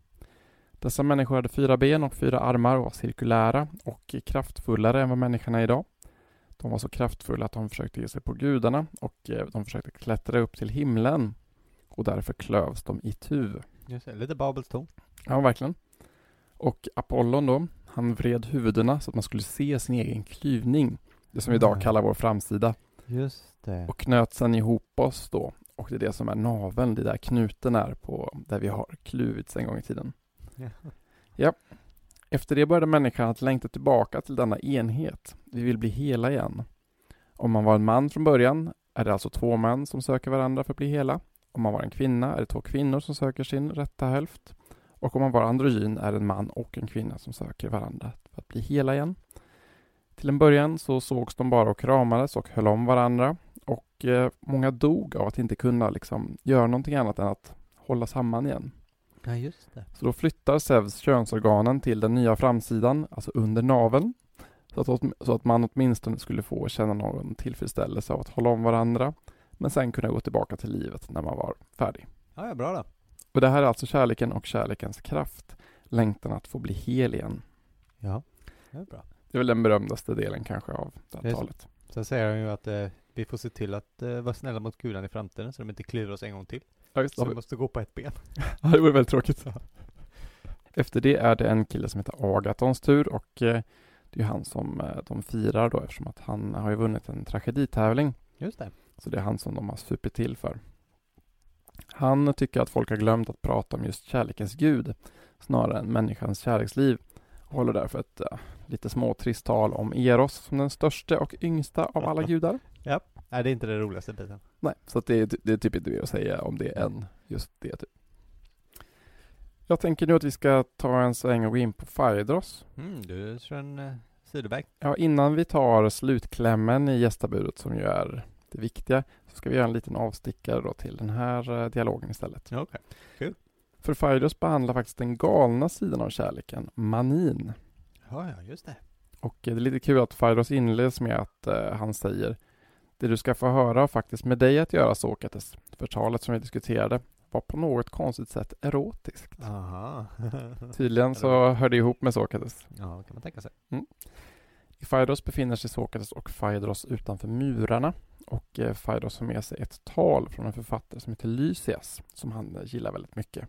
Dessa människor hade fyra ben och fyra armar och var cirkulära och kraftfullare än vad människan är idag. De var så kraftfulla att de försökte ge sig på gudarna och eh, de försökte klättra upp till himlen. Och därför klövs de i tu. Just det. Lite Babels torn. Ja, verkligen. Och Apollon då, han vred huvudena så att man skulle se sin egen klyvning. Det som vi idag Mm. kallar vår framsida. Just det. Och knöt sen ihop oss då. Och det är det som är naveln, det där knuten är på där vi har kluvits en gång i tiden. Ja. Ja. Efter det började människan att längta tillbaka till denna enhet. Vi vill bli hela igen. Om man var en man från början är det alltså två män som söker varandra för att bli hela. Om man var en kvinna är det två kvinnor som söker sin rätta hälft. Och om man var androgyn är det en man och en kvinna som söker varandra för att bli hela igen. Till en början så sågs de bara och kramades och höll om varandra. Och eh, många dog av att inte kunna liksom göra någonting annat än att hålla samman igen. Ja, just det. Så då flyttar Zeus könsorganen till den nya framsidan, alltså under naveln. Så att, åt, så att man åtminstone skulle få känna någon tillfredsställelse av att hålla om varandra. Men sen kunna gå tillbaka till livet när man var färdig. Ja, ja, bra då. Och det här är alltså kärleken och kärlekens kraft. Längtan att få bli hel igen. Ja, det är bra. Det är väl den berömdaste delen kanske av det här Det är så. talet. Sen säger han ju att eh, vi får se till att eh, vara snälla mot gudarna i framtiden så de inte kliver oss en gång till. Ja, just Så vi det. måste gå på ett ben. Ja, det vore väldigt tråkigt. Efter det är det en kille som heter Agatons tur och eh, det är han som eh, de firar då eftersom att han har ju vunnit en trageditävling. Just det. Så det är han som de har supit till för. Han tycker att folk har glömt att prata om just kärlekens gud snarare än människans kärleksliv och håller därför ett uh, lite småtrist tal om Eros som den största och yngsta av alla gudar. Ja, nej det är inte det roligaste biten. Nej, så att det, är, det är typ inte mer att säga om det än just det. Typ. Jag tänker nu att vi ska ta en sväng och gå in på Phaedros. Mm, du kör en eh, sidoväg. Ja, innan vi tar slutklämmen i gästabudet som ju är det viktiga så ska vi göra en liten avstickare då till den här uh, dialogen istället. Ja, okej. Kul. För Phaedros behandlar faktiskt den galna sidan av kärleken, manin. Ja, ja, just det. Och eh, det är lite kul att Phaedros inleds med att eh, han säger det du ska få höra har faktiskt med dig att göra, Sokrates. För talet som vi diskuterade var på något konstigt sätt erotiskt. Aha. Tydligen så hör det ihop med Sokrates. Ja, kan man tänka sig. I Phaedros befinner sig Sokrates och Phaedros utanför murarna. Och eh, Phaedros har med sig ett tal från en författare som heter Lysias som han eh, gillar väldigt mycket.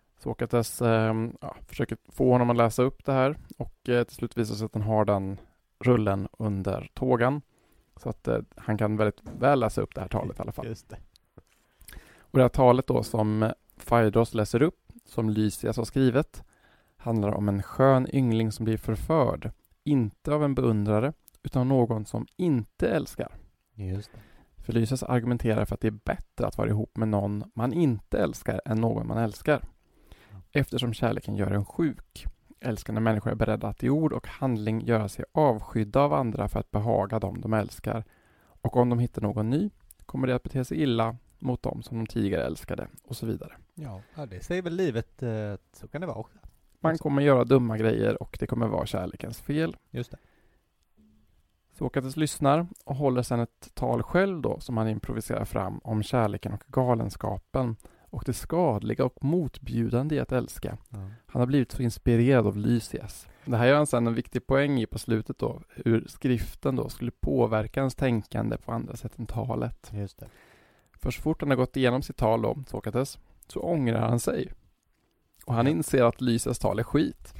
Sokrates eh, ja, försöker få honom att läsa upp det här och eh, till slut visar sig att han har den rullen under tågan. Så att eh, han kan väldigt väl läsa upp det här talet i alla fall. Just det. Och det här talet då som Phaedros läser upp, som Lysias har skrivit, handlar om en skön yngling som blir förförd, inte av en beundrare, utan av någon som inte älskar. Just det. För Lysias argumenterar för att det är bättre att vara ihop med någon man inte älskar än någon man älskar. Eftersom kärleken gör en sjuk. Älskande människor är beredda att i ord och handling göra sig avskydda av andra för att behaga dem de älskar. Och om de hittar någon ny kommer det att bete sig illa mot dem som de tidigare älskade och så vidare. Ja, ja det säger väl livet. Eh, så kan det vara också. Man kommer göra dumma grejer och det kommer vara kärlekens fel. Just det. Sokrates lyssnar och håller sedan ett tal själv då som han improviserar fram om kärleken och galenskapen och det skadliga och motbjudande i att älska. Ja. Han har blivit så inspirerad av Lysias. Det här gör han sedan en viktig poäng i på slutet då, hur skriften då skulle påverka hans tänkande på andra sätt än talet. Just det. För så fort han har gått igenom sitt tal då, Sokrates, så ångrar han sig. Och han Ja. inser att Lysias tal är skit.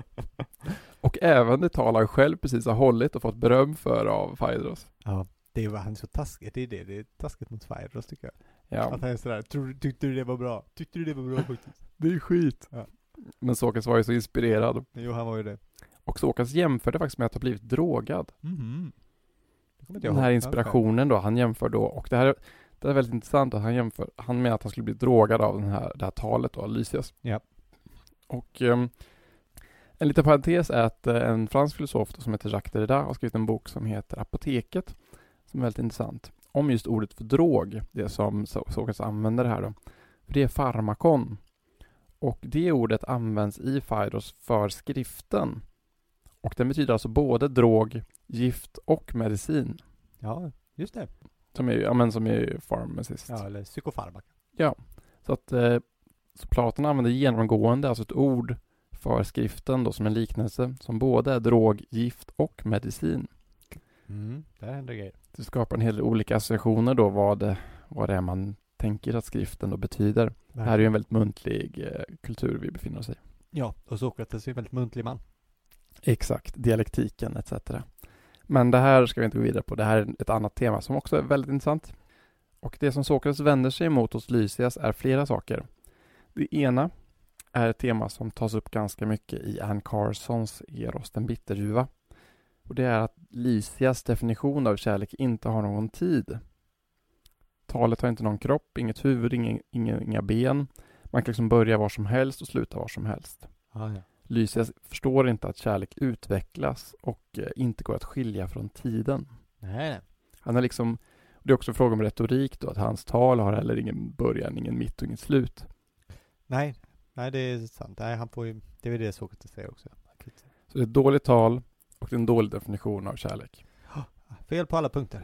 Och även det tal han själv precis har hållit och fått beröm för av Phaedros. Ja, det var han så taskigt. Det är det. Det är taskigt mot Phaedros tycker jag. Ja, Att han är sådär, tror, tyckte du det var bra? Tyckte du det var bra faktiskt? det är skit. Ja. Men Sokrates var ju så inspirerad. Jo, han var ju det. Och Sokrates jämförde faktiskt med att ha blivit drogad. Mhm. Det kommer inte jag Den här ihåg. inspirationen då, han jämför då, och det här det är väldigt intressant att han jämför, han menar att han skulle bli drogad av den här, det här talet då, Lysias. Ja. Och um, en liten parentes är att uh, en fransk filosof då, som heter Jacques Derrida har skrivit en bok som heter Apoteket, som är väldigt intressant, om just ordet för drog, det som Sokrates använder här då. För det är farmakon. Och det ordet används i Phaedros för skriften. Och den betyder alltså både drog, gift och medicin. Ja, just det. Som är, ja, men som är pharmacist. Ja, eller psykofarmaka. Så att eh, så Platon använder genomgående alltså ett ord för skriften då som en liknelse som både är drog, gift och medicin. Mm, där händer grejer. Det skapar en hel del olika associationer då vad det, vad det är man tänker att skriften då betyder. Det här är ju en väldigt muntlig eh, kultur vi befinner oss i. Ja, och Sokrates är en väldigt muntlig man. Exakt, dialektiken et cetera. Men det här ska vi inte gå vidare på. Det här är ett annat tema som också är väldigt intressant. Och det som Sokrates vänder sig emot hos Lysias är flera saker. Det ena är ett tema som tas upp ganska mycket i Anne Carsons Eros den bitterljuva. Och det är att Lysias definition av kärlek inte har någon tid. Talet har inte någon kropp, inget huvud, inga, inga, inga ben. Man kan liksom börja var som helst och sluta var som helst. Ah, ja. Lysias förstår inte att kärlek utvecklas och eh, inte går att skilja från tiden. Nej, nej. Han är liksom, det är också fråga om retorik då, att hans tal har heller ingen början, ingen mitt och inget slut. Nej, nej det är sant. Nej, han får ju, det är väl det Sokrates säger också. Så det är ett dåligt tal och det är en dålig definition av kärlek. Fel på alla punkter.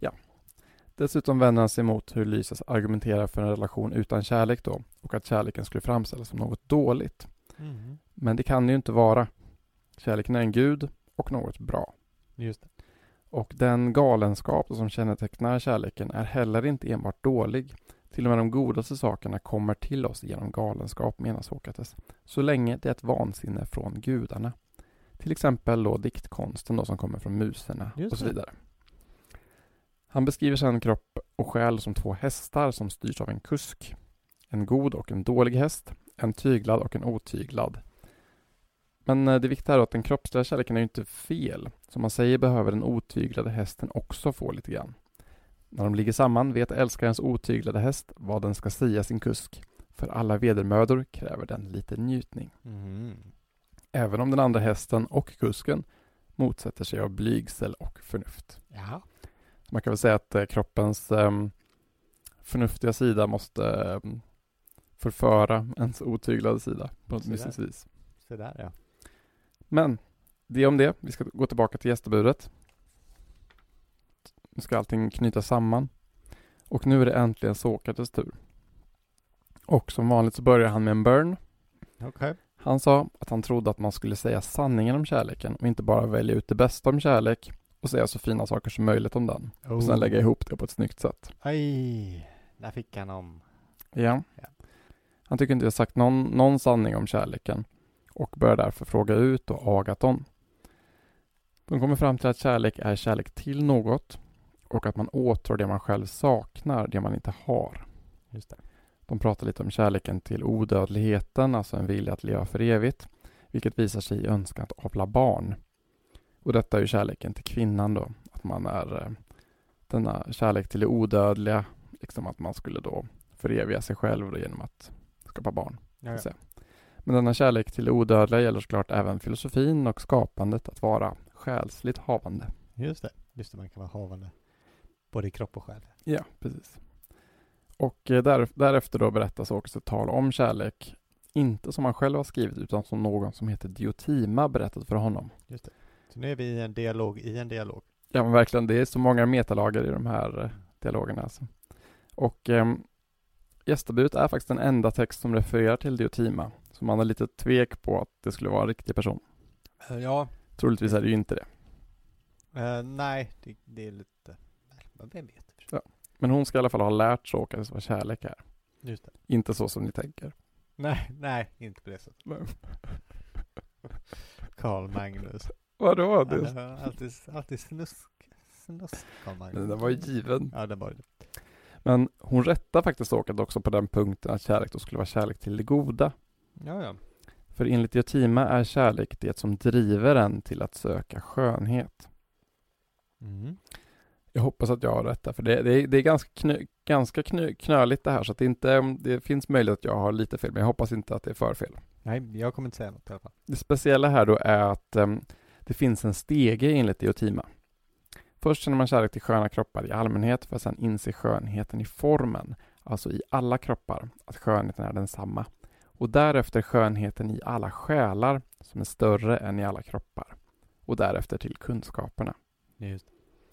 Dessutom vänder han sig emot hur Lysias argumenterar för en relation utan kärlek då och att kärleken skulle framställas som något dåligt. Mm. Men det kan det ju inte vara. Kärleken är en gud och något bra. Just det. Och den galenskap som kännetecknar kärleken är heller inte enbart dålig. Till och med de godaste sakerna kommer till oss genom galenskap, menar Sokrates. Så länge det är ett vansinne från gudarna. Till exempel då diktkonsten då som kommer från muserna Just och så det. vidare. Han beskriver sedan kropp och själ som två hästar som styrs av en kusk. En god och en dålig häst. En tyglad och en otyglad. Men det viktiga är att den kroppsliga kärleken är ju inte fel. Som man säger behöver den otyglade hästen också få lite grann. När de ligger samman vet älskarens otyglade häst vad den ska säga sin kusk. För alla vedermödor kräver den lite njutning. Mm. Även om den andra hästen och kusken motsätter sig av blygsel och förnuft. Ja. Så man kan väl säga att eh, kroppens eh, förnuftiga sida måste eh, förföra ens otyglade sida på något Så där. mystiskt vis. Så där ja. Men det är om det. Vi ska gå tillbaka till gästabudet. Nu ska allting knyta samman. Och nu är det äntligen Sokrates tur. Och som vanligt så börjar han med en burn. Okej. Okay. Han sa att han trodde att man skulle säga sanningen om kärleken och inte bara välja ut det bästa om kärlek och säga så fina saker som möjligt om den. Oh. Och sen lägga ihop det på ett snyggt sätt. Aj, där fick han om. Ja. Ja. Han tycker inte jag sagt någon, någon sanning om kärleken och börjar därför fråga ut då Agaton. De kommer fram till att kärlek är kärlek till något och att man åtrår det man själv saknar, det man inte har. Just det. De pratar lite om kärleken till odödligheten, alltså en vilja att leva för evigt, vilket visar sig i önskan att avla barn. Och detta är ju kärleken till kvinnan då, att man är eh, denna kärlek till det odödliga, liksom att man skulle då föreviga sig själv då genom att skapa barn. Ja, ja. Men denna kärlek till det odödliga gäller såklart även filosofin och skapandet, att vara själsligt havande. Just det. Just det, man kan vara havande både i kropp och själ. Ja, precis. Och eh, där, därefter då berättas också ett tal om kärlek, inte som han själv har skrivit utan som någon som heter Diotima berättat för honom. Just det. Så nu är vi i en dialog i en dialog. Ja, men verkligen, det är så många metalager i de här eh, dialogerna. Alltså. Och eh, gästabudet är faktiskt den enda text som refererar till Diotima. Så man har lite tvek på att det skulle vara en riktig person. Uh, ja. Troligtvis är det ju inte det. Uh, nej, det, det är lite... Men vem vet? Ja. Men hon ska i alla fall ha lärt Sokrates vad kärlek är. Just det. Inte så som ni tänker. Nej, nej, inte på det sättet. Karl Magnus. Vadå? Det Ja, alltid, alltid snusk. Snusk Karl Magnus. Den var ju given. Ja, det var det. Men hon rättar faktiskt Sokrates också på den punkten att kärlek då skulle vara kärlek till det goda. Ja, ja. För enligt Diotima är kärlek det som driver en till att söka skönhet. Mm. Jag hoppas att jag har rätt där, för det, det, är, det är ganska, knö, ganska knö, knöligt det här, så att det, inte, det finns möjlighet att jag har lite fel, men jag hoppas inte att det är för fel. Nej, jag kommer inte säga något i alla fall. Det speciella här då är att um, det finns en stege enligt Diotima. Först känner man kärlek till sköna kroppar i allmänhet för att sedan inse skönheten i formen, alltså i alla kroppar, att skönheten är densamma. Och därefter skönheten i alla själar som är större än i alla kroppar. Och därefter till kunskaperna. Just.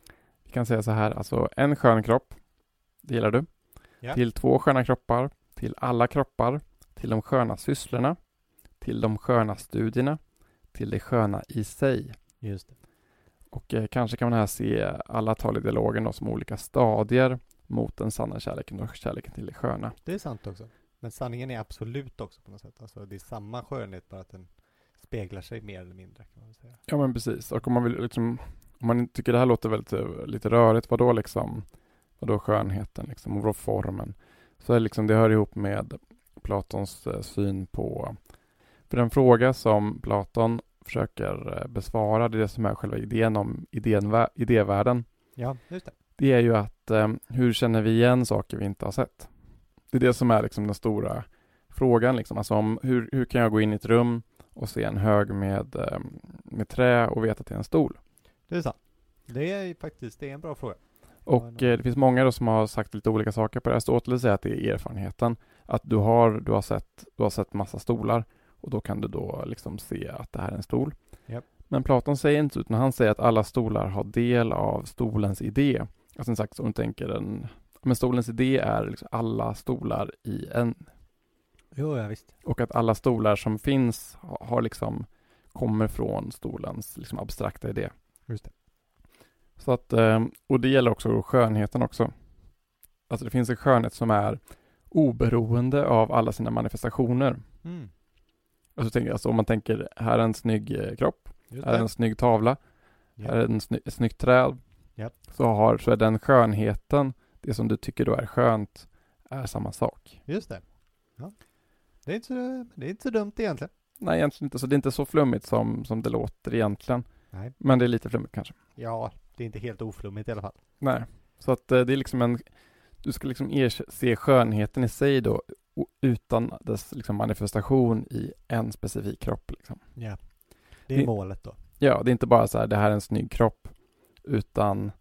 Vi kan säga så här, alltså en skön kropp, det gillar du. Ja. Till två sköna kroppar, till alla kroppar, till de sköna sysslorna, till de sköna studierna, till det sköna i sig. Just det. Och eh, kanske kan man här se alla tal i dialogen då, som olika stadier mot den sanna kärleken och kärleken till det sköna. Det är sant också. Men sanningen är absolut också på något sätt. Alltså det är samma skönhet, bara att den speglar sig mer eller mindre, kan man säga. Ja, men precis. Och om man vill liksom, om man tycker det här låter väldigt lite rörigt, vad då liksom, vad då skönheten liksom, och vad formen, så är det liksom, det hör ihop med Platons eh, syn på, för den fråga som Platon försöker eh, besvara, det är det som är själva idén om idén, idévärlden. Ja, just det. Det är ju att eh, hur känner vi igen saker vi inte har sett? Det är det som är liksom den stora frågan. Liksom. Alltså om, hur, hur kan jag gå in i ett rum och se en hög med, eh, med trä och veta att det är en stol? Det är sant. Det är faktiskt det är en bra fråga. Och eh, det finns många då som har sagt lite olika saker på det. Aristoteles säger att det är erfarenheten. Att du har, du har sett du har sett massa stolar och då kan du då liksom se att det här är en stol. Yep. Men Platon säger inte, utan han säger att alla stolar har del av stolens idé. Alltså som sagt, om du tänker en, men stolens idé är liksom alla stolar i en. Jo, ja, visst. Och att alla stolar som finns har, har liksom kommer från stolens liksom abstrakta idé. Just det. Så att, och det gäller också skönheten också. Alltså det finns en skönhet som är oberoende av alla sina manifestationer. Mm. Alltså, tänk, alltså om man tänker, här är en snygg kropp, Just här är en snygg tavla, Yep. här är en sny, ett snyggt träd. Yep. Så, har, så är den skönheten, det som du tycker då är skönt, är samma sak. Just det. Ja. Det är inte så, det är inte så dumt egentligen. Nej, egentligen inte. Så det är inte så flummigt som, som det låter egentligen. Nej. Men det är lite flummigt kanske. Ja, det är inte helt oflummigt i alla fall. Nej. Så att eh, det är liksom en, du ska liksom er, se skönheten i sig då, utan dess liksom manifestation i en specifik kropp. Liksom. Ja. Det är det, målet då. Ja, det är inte bara så här, det här är en snygg kropp, utan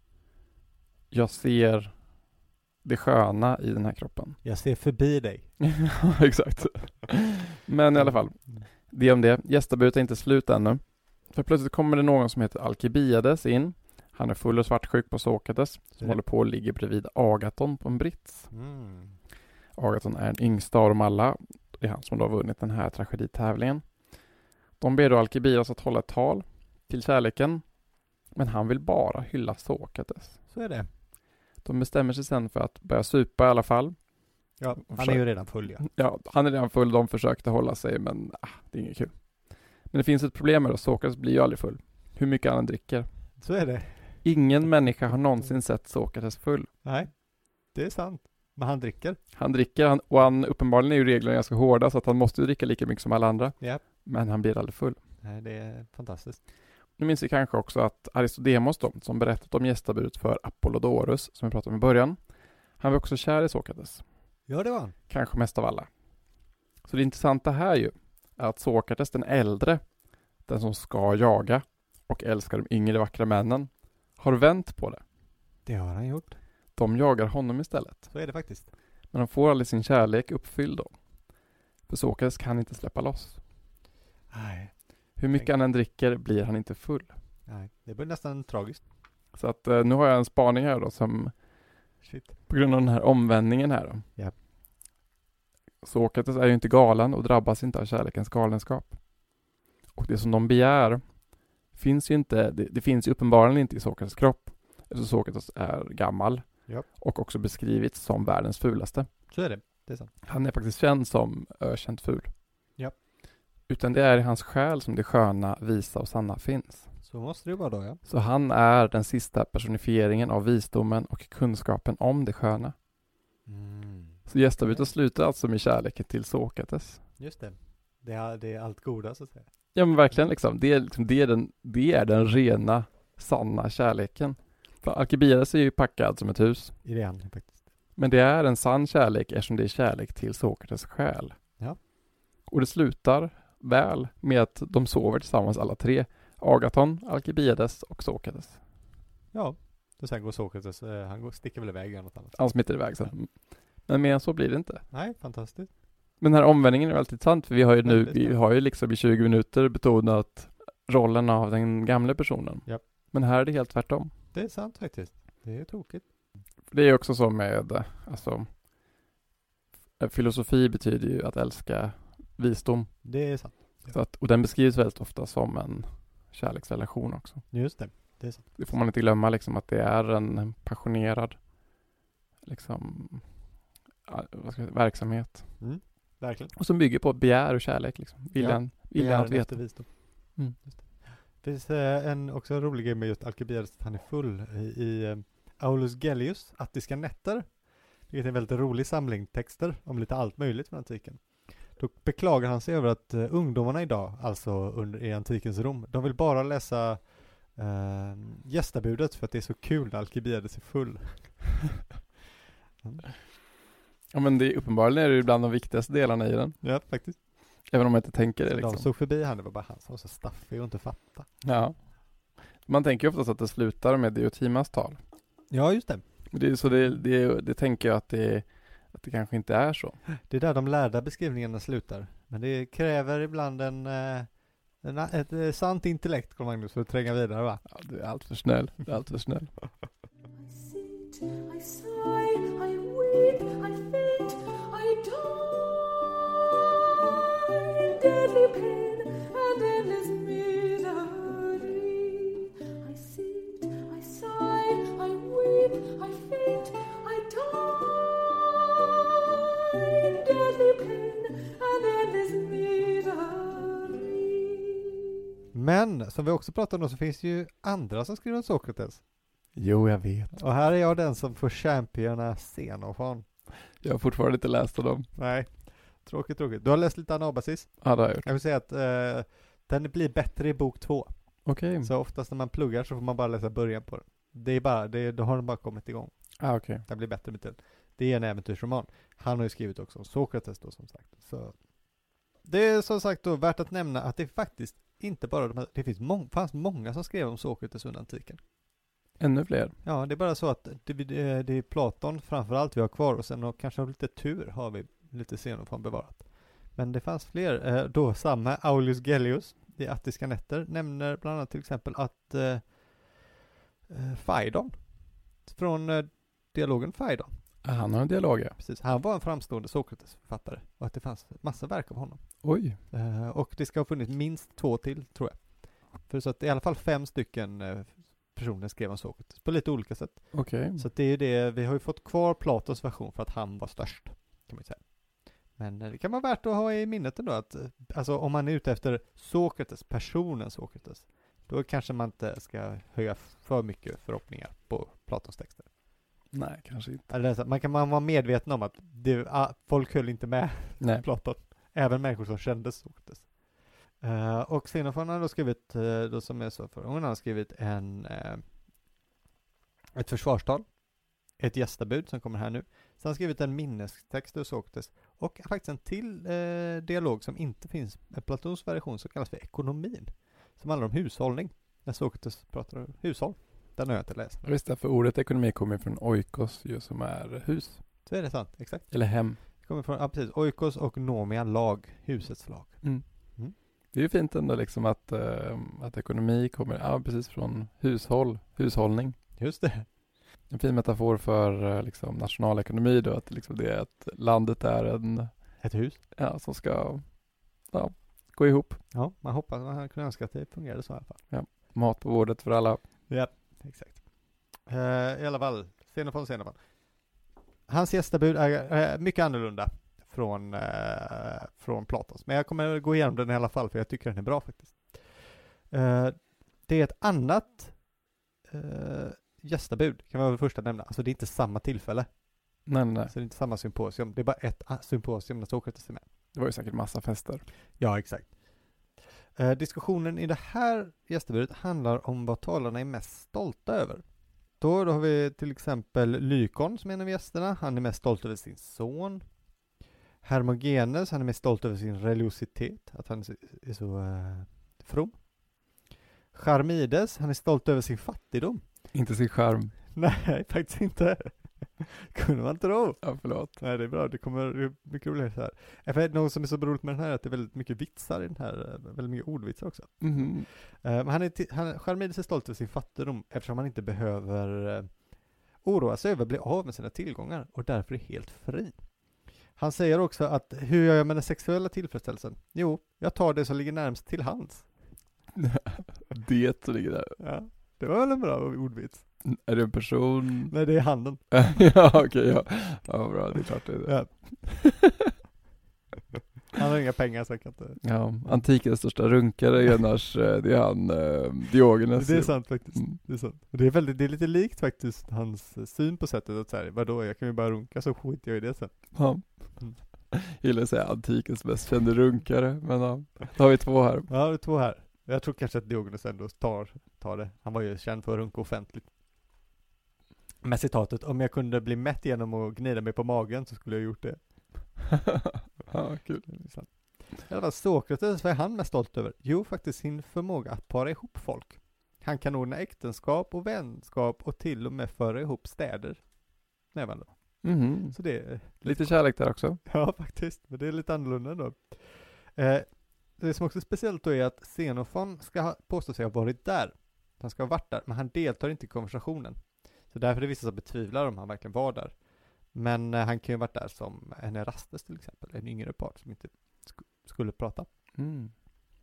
jag ser det sköna i den här kroppen. Jag ser förbi dig. Ja, exakt. Men i alla fall, det om det. Gästabudet är inte slut ännu. För plötsligt kommer det någon som heter Alkibiades in. Han är full och svartsjuk på Sokrates, som håller på och ligger bredvid Agaton på en brits. Mm. Agaton är den yngsta av dem alla. Det är han som då har vunnit den här trageditävlingen. De ber då Alkibiades att hålla ett tal till kärleken, men han vill bara hylla Sokrates. Så är det. De bestämmer sig sen för att börja supa i alla fall. Ja, han är ju redan full, ja. Ja, han är redan full. De försökte hålla sig, men ah, det är inget kul. Men det finns ett problem med det. Sokrates blir ju aldrig full. hur mycket han dricker. Så är det. Ingen människa har någonsin sett Sokrates full. Nej, det är sant. Men han dricker. Han dricker han, och han, uppenbarligen är ju reglerna ganska hårda så att han måste dricka lika mycket som alla andra. Ja. Men han blir aldrig full. Nej, det är fantastiskt. Nu minns vi kanske också att Aristodemos då, som berättat om gästabudet för Apollodorus, som vi pratade om i början, han var också kär i Sokrates. Ja, det var han. Kanske mest av alla. Så det intressanta här ju är att Sokrates, den äldre, den som ska jaga och älskar de yngre vackra männen, har vänt på det. Det har han gjort. De jagar honom istället. Så är det faktiskt. Men de får aldrig sin kärlek uppfylld då. För Sokrates kan inte släppa loss. Nej. Hur mycket han än dricker blir han inte full. Nej, det blir nästan tragiskt. Så att eh, nu har jag en spaning här då som Shit. på grund av den här omvändningen här då. Ja. Sokrates är ju inte galen och drabbas inte av kärlekens galenskap. Och det som de begär finns ju inte, det, det finns ju uppenbarligen inte i Sokrates kropp. Eftersom Sokrates är gammal. Ja. Och också beskrivits som världens fulaste. Så är det. Det är sant. Han är faktiskt känd som ökänt ful. Ja. Utan det är i hans själ som det sköna, visa och sanna finns. Så måste det vara då, ja. Så han är den sista personifieringen av visdomen och kunskapen om det sköna. Mm. Så gästabudet slutar alltså med kärleken till Sokrates. Just det. Det är, det är allt goda, så att säga. Ja men verkligen liksom. Det är, liksom, det är, den, det är den rena, sanna kärleken. För Alkibiades är ju packad som ett hus. I det han faktiskt. Men det är en sann kärlek eftersom det är kärlek till Sokrates själ. Ja. Och det slutar väl med att de sover tillsammans alla tre. Agathon, Alkibiades och Sokrates. Ja. Och sen går Sokrates, eh, han går, sticker väl iväg och gör något annat. Han smittar iväg sen. Men mer än så blir det inte. Nej, fantastiskt. Men den här omvändningen är väldigt sant. För vi har ju nu, Väldigt vi sant. har ju liksom i tjugo minuter betonat rollen av den gamla personen. Ja. Men här är det helt tvärtom. Det är sant faktiskt. Det är tokigt. Det är också så med, alltså, filosofi betyder ju att älska visdom. Det är sant. Så att, och den beskrivs väldigt ofta som en kärleksrelation också. Just det. Det är sant. Det får man inte glömma liksom att det är en passionerad liksom, ja, vad ska jag säga, verksamhet. Mm. Verkligen. Och som bygger på begär och kärlek. Liksom. Viljan, viljan att Begären veta. efter visdom. Mm. Just det. Det finns eh, en också en rolig grej med just Alkibiades, att han är full i, i eh, Aulus Gellius, Attiska nätter. Det är en väldigt rolig samling texter om lite allt möjligt från antiken. Då beklagar han sig över att uh, ungdomarna idag, alltså under, i antikens Rom, de vill bara läsa uh, gästabudet för att det är så kul när Alkibiades är full. mm. Ja men det är uppenbarligen är det ju bland de viktigaste delarna i den. Ja, faktiskt. Även om man inte tänker det Så liksom. de såg förbi han, det var bara han som var så staffig och inte fatta. Ja. Man tänker ju oftast att det slutar med Diotimas tal. Ja, just det. Men det, är- så det, det, det tänker jag att det, att det kanske inte är så. Det är där de lärda beskrivningarna slutar. Men det kräver ibland en, eh, en ett eh, sant intellekt, Carl Magnus, för att tränga vidare, va? Ja, du är allt för snäll. Du är allt för snäll. I sit, I sigh, I weep, I faint, I die in deadly pain and endless misery. I sit, I sigh, I weep, I faint, I die in deadly pain and endless misery. Men, som vi också pratade om, så finns det ju andra som skriver om Sokrates. Jo, jag vet. Och här är jag den som får championa Xenofon. Jag har fortfarande inte läst dem. Nej, tråkigt, tråkigt. Du har läst lite Anabasis. Ja, det har jag gjort. Jag vill säga att eh, den blir bättre i bok två. Okej. Så oftast när man pluggar så får man bara läsa början på den. Det är bara, det, då har den bara kommit igång. Ah, okej. Den blir bättre med tiden. Det är en äventyrsroman. Han har ju skrivit också om Sokrates då, som sagt. Så det är som sagt då värt att nämna att det faktiskt inte bara de här, det finns mång, fanns många som skrev om Sokrates under antiken. Ännu fler. Ja, det är bara så att det, det, det är Platon framförallt vi har kvar, och sen och kanske av lite tur har vi lite Xenofon bevarat. Men det fanns fler. Eh, då samma Aulus Gellius i Attiska nätter nämner bland annat till exempel att eh, eh, Phaidon från eh, dialogen Phaidon. Ah, han har en dialog, ja. Precis. Han var en framstående Sokrates-författare och att det fanns massa verk av honom. Oj. Eh, och det ska ha funnits minst två till, tror jag. För så att i alla fall fem stycken eh, personer skrev om Sokrates på lite olika sätt. Okej. Så att det är ju det, vi har ju fått kvar Platons version för att han var störst, kan man ju säga. Men eh, det kan vara värt att ha i minnet ändå att, eh, alltså om man är ute efter Sokrates, personen Sokrates, då kanske man inte ska höja för mycket förhoppningar på Platons texter. Nej, kanske inte. Eller så, man kan man vara medveten om att det, ah, folk höll inte med Nej. Platon. Även människor som kände Sokrates. Uh, och Xenofon har då skrivit, uh, då som jag sa förra gången, han har skrivit en, uh, ett försvarstal, ett gästabud som kommer här nu. Sen har han skrivit en minnestext ur Sokrates och faktiskt en till uh, dialog som inte finns med Platons version som kallas för ekonomin. Som handlar om hushållning. När Sokrates pratar om hushåll. Den har jag inte läst. Visst, för ordet ekonomi kommer från oikos ju, som är hus. Så är det sant, exakt. Eller hem. Det kommer från, ja precis, oikos och nomia, lag, husets lag. Mm. Mm. Det är ju fint ändå liksom att, äh, att ekonomi kommer, ja precis, från hushåll, hushållning. Just det. En fin metafor för äh, liksom nationalekonomi då, att liksom det är att landet är en, Ett hus. ja, som ska, ja, gå ihop. Ja, man hoppas, man kunde önska att det fungerade så i alla fall. Ja, mat på bordet för alla. Ja, exakt. Uh, I alla fall, Xenofon, Xenofon. Hans gästabud är uh, mycket annorlunda från, uh, från Platons. Men jag kommer gå igenom den i alla fall, för jag tycker den är bra faktiskt. Uh, det är ett annat uh, gästabud, kan man väl först nämna. Alltså det är inte samma tillfälle. Nej, nej. Så det är inte samma symposium. Det är bara ett uh, symposium när Sokrates är med. Det var ju säkert massa fester. Ja, exakt. Uh, diskussionen i det här gästabudet handlar om vad talarna är mest stolta över. Då, då har vi till exempel Lykon som är en av gästerna. Han är mest stolt över sin son. Hermogenes, han är mest stolt över sin religiositet. Att han är så, är så uh, from. Charmides, han är stolt över sin fattigdom. Inte sin charm. Nej, faktiskt inte. Kunde man tro. Ja, förlåt. Nej, det är bra. Det kommer det är mycket roligt här. För något som är så roligt med den här är att det är väldigt mycket vitsar i den här. Väldigt mycket ordvitsar också. Mm-hmm. Uh, men han är t- han, Charmides är stolt över sin fattigdom eftersom han inte behöver uh, oroa sig över att bli av med sina tillgångar och därför är helt fri. Han säger också att hur gör jag med den sexuella tillfredsställelsen? Jo, jag tar det som ligger närmast till hands. Det ligger där. Ja, det var väl en bra ordvits. Är det en person? Nej, det är handen. Ja, okej. Okay, ja. Ja, bra. Det är klart det är det. Ja. Han har inga pengar så jag kan inte... Ja, antikens största runkare är annars, det är han eh, Diogenes. Det är sant faktiskt. Mm. Det är sant. Och det är väldigt, det är lite likt faktiskt hans syn på sättet att säga, vadå, jag kan ju bara runka så skiter jag i det sen. Ja. Mm. Jag gillar att säga antikens mest kände runkare, men ja, då har vi två här. Ja, det är två här. Jag tror kanske att Diogenes ändå tar, tar det. Han var ju känd för att runka offentligt. Med citatet, om jag kunde bli mätt genom att gnida mig på magen så skulle jag gjort det. Ja, kul. I alla fall Sokrates, vad är han mest stolt över? Jo, faktiskt sin förmåga att para ihop folk. Han kan ordna äktenskap och vänskap och till och med föra ihop städer. Nej, väl då. Mm-hmm. Så det är Lite kärlek där också. Ja, faktiskt. Men det är lite annorlunda då. Eh, det som också är speciellt då är att Xenofon ska ha, påstå sig ha varit där. Han ska ha varit där, men han deltar inte i konversationen. Så därför är det vissa som betvivlar om han verkligen var där. Men eh, han kan ju ha varit där som en Erastes till exempel. En yngre part som inte sk- skulle prata. Mm.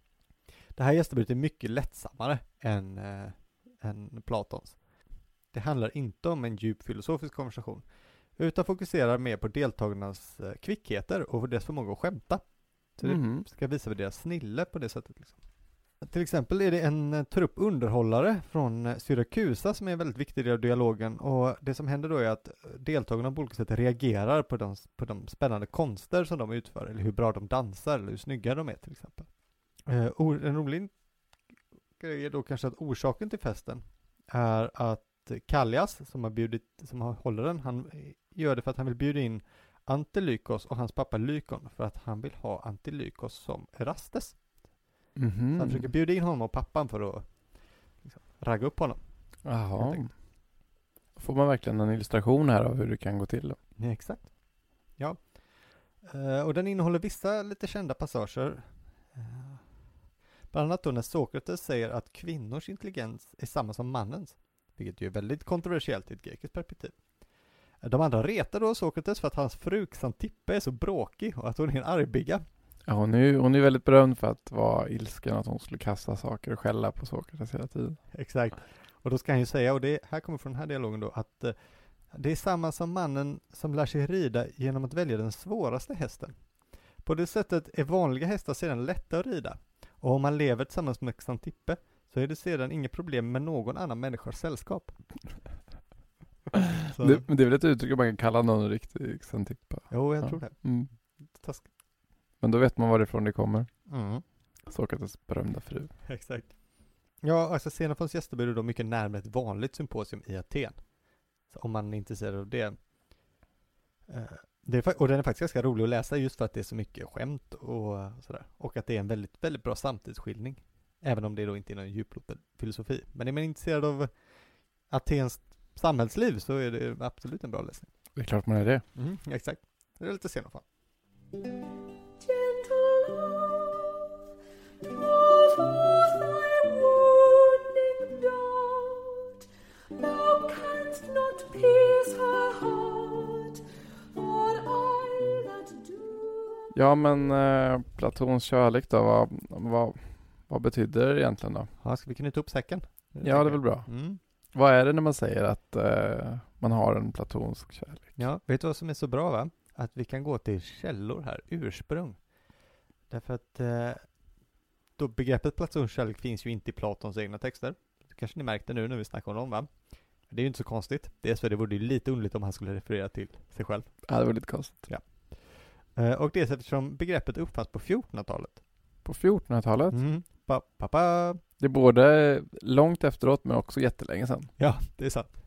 Det här gästabudet är mycket lättsammare än, eh, än Platons. Det handlar inte om en djup filosofisk konversation. Utan fokuserar mer på deltagarnas eh, kvickheter och deras förmåga att skämta. Så Mm-hmm. det ska visa deras snille på det sättet. Liksom. Till exempel är det en uh, trupp underhållare från uh, Syrakusa som är en väldigt viktig del av dialogen. Och det som händer då är att deltagarna på olika sätt reagerar på de, på de spännande konster som de utför. Eller hur bra de dansar eller hur snygga de är till exempel. Uh, or- en rolig grej är då kanske att orsaken till festen är att Kallias som har bjudit, som har håller den, han gör det för att han vill bjuda in Antilykos och hans pappa Lykon för att han vill ha Antilykos som Erastes. Mm-hmm. Så han försöker bjuda in honom och pappan för att liksom, ragga upp honom. Jaha. Får man verkligen en illustration här av hur det kan gå till då? Ja, exakt. Ja. Uh, och den innehåller vissa lite kända passager. Uh, bland annat då när Sokrates säger att kvinnors intelligens är samma som mannens. Vilket ju är väldigt kontroversiellt i ett grekiskt perspektiv. De andra retar då Sokrates för att hans fru Xantippe är så bråkig och att hon är en argbigga. Ja, hon är ju hon är väldigt berömd för att vara ilsken, att hon skulle kasta saker och skälla på Sokrates hela tiden. Exakt. Och då ska han ju säga, och det här kommer från den här dialogen då, att uh, det är samma som mannen som lär sig rida genom att välja den svåraste hästen. På det sättet är vanliga hästar sedan lätta att rida. Och om man lever tillsammans med Xantippe så så är det sedan inget problem med någon annan människas sällskap. Så. Det, men det är väl ett uttryck man kan kalla någon riktig excentrippa. Jo, jag Ja. tror det. Mm. Taskigt. Men då vet man varifrån det kommer. Mm. Sokrates berömda fru. Exakt. Ja, alltså Xenofons gäster blir då mycket närmare ett vanligt symposium i Aten. Så om man är intresserad av det. Eh, det är, fa- och den är faktiskt ganska rolig att läsa just för att det är så mycket skämt och eh, sådär. Och att det är en väldigt, väldigt bra samtidsskildring. Även om det då inte är någon djuplodad filosofi. Men är man intresserad av Atens samhällsliv så är det absolut en bra läsning. Det är klart man är det. Mm, exakt. Det är lite Xenofon. Gentle love, draw forth thy warning dart. Thou canst not pierce her heart, for I that do. Ja, men eh, Platons kärlek då, vad, vad, vad betyder det egentligen då? Ja, ska vi knyta upp säcken? Ja, det är väl bra. Mm. Vad är det när man säger att eh, man har en platonsk kärlek? Ja, vet du vad som är så bra va? Att vi kan gå till källor här, ursprung. Därför att eh, då begreppet platons kärlek finns ju inte i Platons egna texter. Det kanske ni märkte nu när vi snackar om dem va? Det är ju inte så konstigt. Dels för det vore ju lite underligt om han skulle referera till sig själv. Ja, det var lite konstigt. Eh, och dels eftersom begreppet uppfanns på fjortonhundratalet. På fjortonhundratalet? Mm. Pa, pa, pa. Det är både långt efteråt men också jättelänge sedan. Ja, det är sant.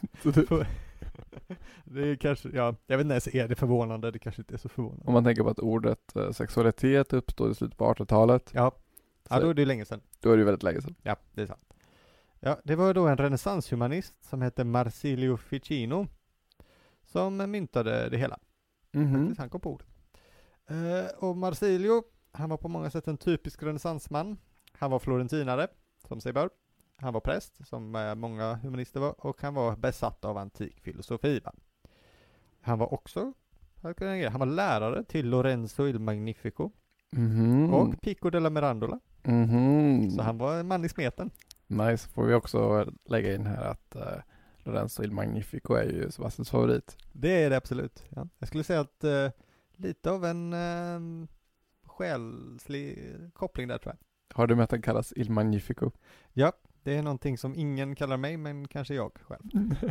Det är kanske, ja, jag vet inte ens, är det förvånande? Det kanske inte är så förvånande. Om man tänker på att ordet eh, sexualitet uppstod i slutet på artonhundratalet. Ja, ja Så- då är det ju länge sedan. Då är det ju väldigt länge sedan. Ja, det är sant. Ja, det var då en renässanshumanist som hette Marsilio Ficino som myntade det hela. Mhm. Faktiskt, han kom på ordet. Eh, och Marsilio, han var på många sätt en typisk renässansman. Han var florentinare, som sig bör. Han var präst, som eh, många humanister var, och han var besatt av antik filosofi. Va? Han var också, han var lärare till Lorenzo il Magnifico Mhm. och Pico della Mirandola. Mhm. Så han var en man i smeten. Nice. Får vi också lägga in här att eh, Lorenzo il Magnifico är ju Sebastians favorit. Det är det absolut. Ja. Jag skulle säga att eh, lite av en eh, själslig koppling där tror jag. Har du med att den kallas il Magnifico? Det är någonting som ingen kallar mig, men kanske jag själv.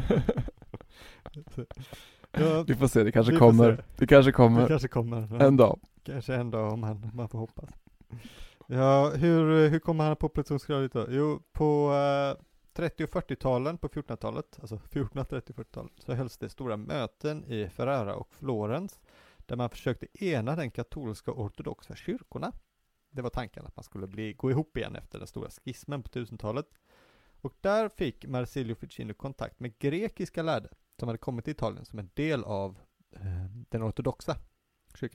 Ja, Vi får se, det kanske Vi får kommer. se. Det kanske det kommer kanske kommer. Ja. en dag. Kanske en dag om han, man får hoppas. Ja, hur, hur kommer han på Platons kärlek då? Jo, på eh, trettio och fyrtiotalen, på fjortonhundratalet, alltså fjortonhundra-, trettio och fyrtiotalet, så hölls det stora möten i Ferrara och Florens, där man försökte ena den katolska och ortodoxa kyrkorna. Det var tanken att man skulle bli, gå ihop igen efter den stora schismen på tusentalet. Och där fick Marsilio Ficino kontakt med grekiska lärde som hade kommit till Italien som en del av eh, den ortodoxa kyrkan.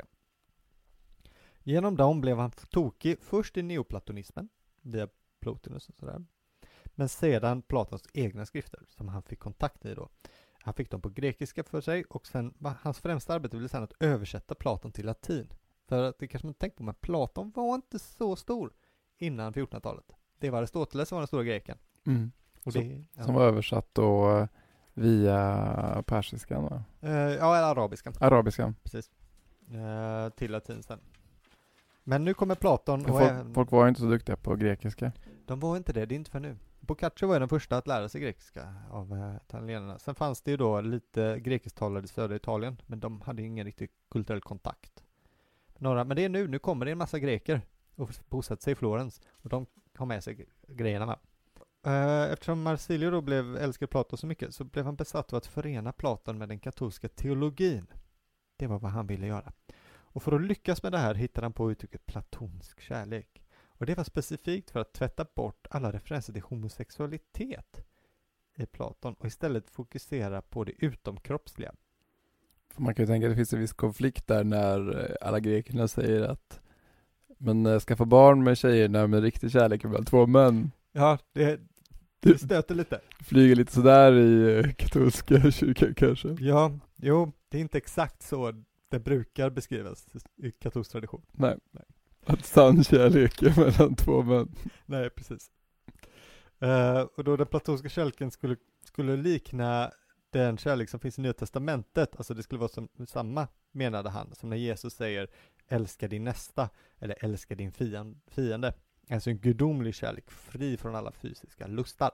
Genom dem blev han tokig först i neoplatonismen via Plotinus och sådär. Men sedan Platons egna skrifter som han fick kontakt i då. Han fick dem på grekiska för sig och sen var hans främsta arbete ville sedan att översätta Platon till latin. För att det kanske man inte tänkt på, men Platon var inte så stor innan fjortonhundratalet. Det var Aristoteles som var den stora greken. Mm. Och Så- det, ja. Som var översatt då eh, via persiskan, va? Eh, ja, eller arabiskan. Arabiskan. Precis. Eh, till latin sen. Men nu kommer Platon och Folk, även, folk var inte så duktiga på grekiska. de var inte det, det är inte för nu. Boccaccio var den första att lära sig grekiska av uh, italienarna. Sen fanns det ju då lite grekisktalare i södra Italien, men de hade ingen riktig kulturell kontakt. Några, men det är nu, nu kommer det en massa greker och bosätter sig i Florens och de har med sig gre- grejerna med. Uh, eftersom Marsilio då blev älskade Platon så mycket så blev han besatt av att förena Platon med den katolska teologin. Det var vad han ville göra. Och för att lyckas med det här hittade han på uttrycket platonsk kärlek. Och det var specifikt för att tvätta bort alla referenser till homosexualitet i Platon och istället fokusera på det utomkroppsliga. För man kan ju tänka att det finns en viss konflikt där när eh, alla grekerna säger att men eh, skaffa barn med tjejerna med riktig kärlek mellan två män. Ja, det, det stöter lite. Flyger lite sådär i eh, katolska kyrkan kanske. Ja, jo, det är inte exakt så det brukar beskrivas i katolsk tradition. Nej. Nej. Att sann kärlek är mellan två män. Nej, precis. Uh, och då den platonska kärleken skulle, skulle likna den kärlek som finns i Nya Testamentet, alltså det skulle vara som, samma, menade han, som när Jesus säger älska din nästa eller älska din fian, fiende. Alltså en gudomlig kärlek, fri från alla fysiska lustar.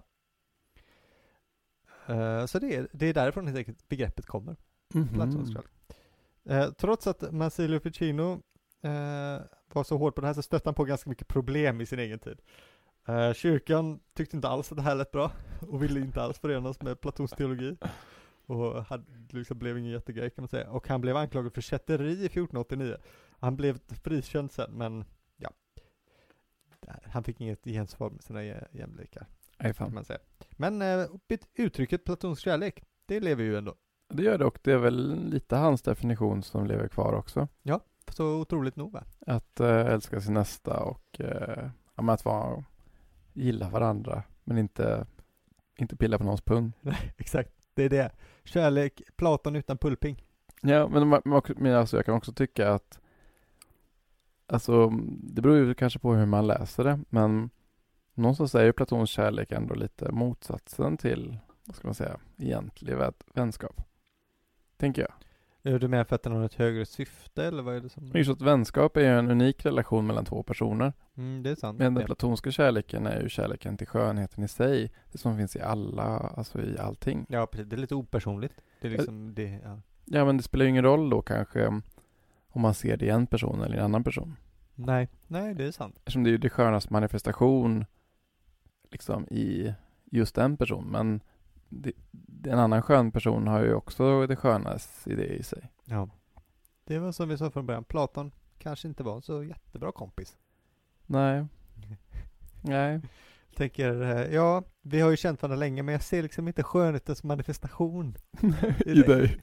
Uh, så det är, det är därifrån helt enkelt begreppet kommer. Mhm. Platonsk kärlek. Uh, trots att Marsilio Ficino uh, var så hård på det här så stötte han på ganska mycket problem i sin egen tid. Uh, kyrkan tyckte inte alls att det här lät bra och ville inte alls förenas med Platons teologi. Och hade, liksom blev ingen jättegrej kan man säga. Och han blev anklagad för kätteri i fjorton åttionio. Han blev frikänd sen, men ja. Han fick inget gensvar med sina jämlikar. Nej, Kan fan. man säga. Men eh, uttrycket Platons kärlek, det lever ju ändå. Det gör det, och det är väl lite hans definition som lever kvar också. Så otroligt nog, va? Att äh, älska sin nästa och äh, ja, men att vara, gilla varandra, men inte, inte pilla på någons pung. Exakt, det är det. Kärlek, Platon utan pulping. Ja, men, men, men alltså, jag kan också tycka att alltså, det beror ju kanske på hur man läser det, men någonstans är ju Platons kärlek ändå lite motsatsen till, vad ska man säga, egentlig vä- vänskap. Tänker jag. Är du med för att den har ett högre syfte, eller vad är det som... Men just att vänskap är ju en unik relation mellan två personer. Mm, det är sant. Men den det. platonska kärleken är ju kärleken till skönheten i sig. Det som finns i alla, alltså i allting. Ja, precis. Det är lite opersonligt. Det är liksom det, ja. Ja, men det spelar ju ingen roll då kanske om man ser det i en person eller i en annan person. Nej, nej, det är sant. Eftersom det är ju det skönas manifestation liksom i just en person. Men det, en annan skön person har ju också det skönas i det i sig. Ja. Det var som vi sa från början. Platon kanske inte var så jättebra kompis. Nej. Nej. Tänker, eh, ja, vi har ju känt varandra länge, men jag ser liksom inte skönhetens manifestation I i dig.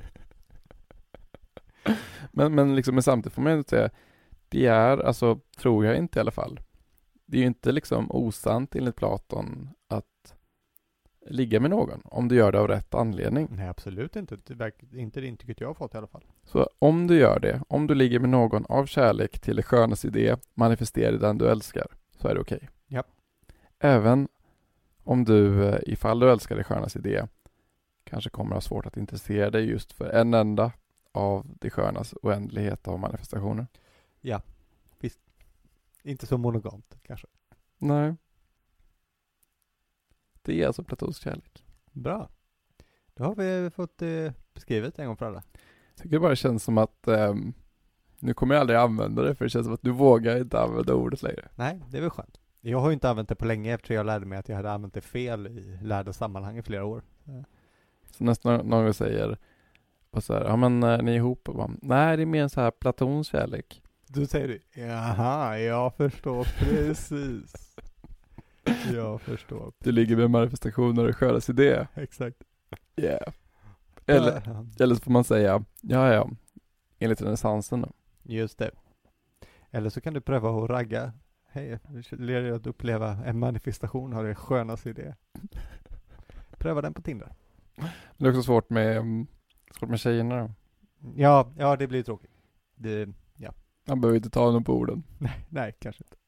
men, men liksom men samtidigt får man ju säga, det är, alltså tror jag inte i alla fall. Det är ju inte liksom osant enligt Platon att ligga med någon om du gör det av rätt anledning. Nej, absolut inte. Det verkar inte det intrycket jag har fått i alla fall. Så om du gör det, om du ligger med någon av kärlek till det skönaste idé, manifesterar den du älskar, så är det okej. Ja. Även om du, ifall du älskar det skönaste idé, kanske kommer ha svårt att intressera dig just för en enda av det skönas oändlighet av manifestationer. Ja, visst. Inte så monogamt, kanske. Nej. Det är alltså Platons kärlek. Bra. Då har vi fått eh, beskrivet en gång för alla. Jag tycker det bara känns som att um, nu kommer jag aldrig använda det, för det känns som att du vågar inte använda ordet längre. Nej, det är väl skönt. Jag har ju inte använt det på länge eftersom jag lärde mig att jag hade använt det fel i lärda sammanhang i flera år. Ja. Så nästan någon säger och så här, ja men är ni ihop? Och bara, nej, det är mer så här Platons kärlek. Då säger du, jaha, jag förstår precis. Jag förstår. Du ligger med manifestationer och skönas i det. Exakt. Yeah. Eller, Ja, eller så får man säga, ja ja, enligt renässansen då. just det. Eller så kan du pröva att ragga. Hej, jag lär dig att uppleva en manifestation av det skönaste idé. Pröva den på Tinder. Men det är också svårt med, um, svårt med tjejerna då. Ja, ja, det blir tråkigt. Det, ja. Man behöver inte ta honom på orden. Nej, nej, kanske inte.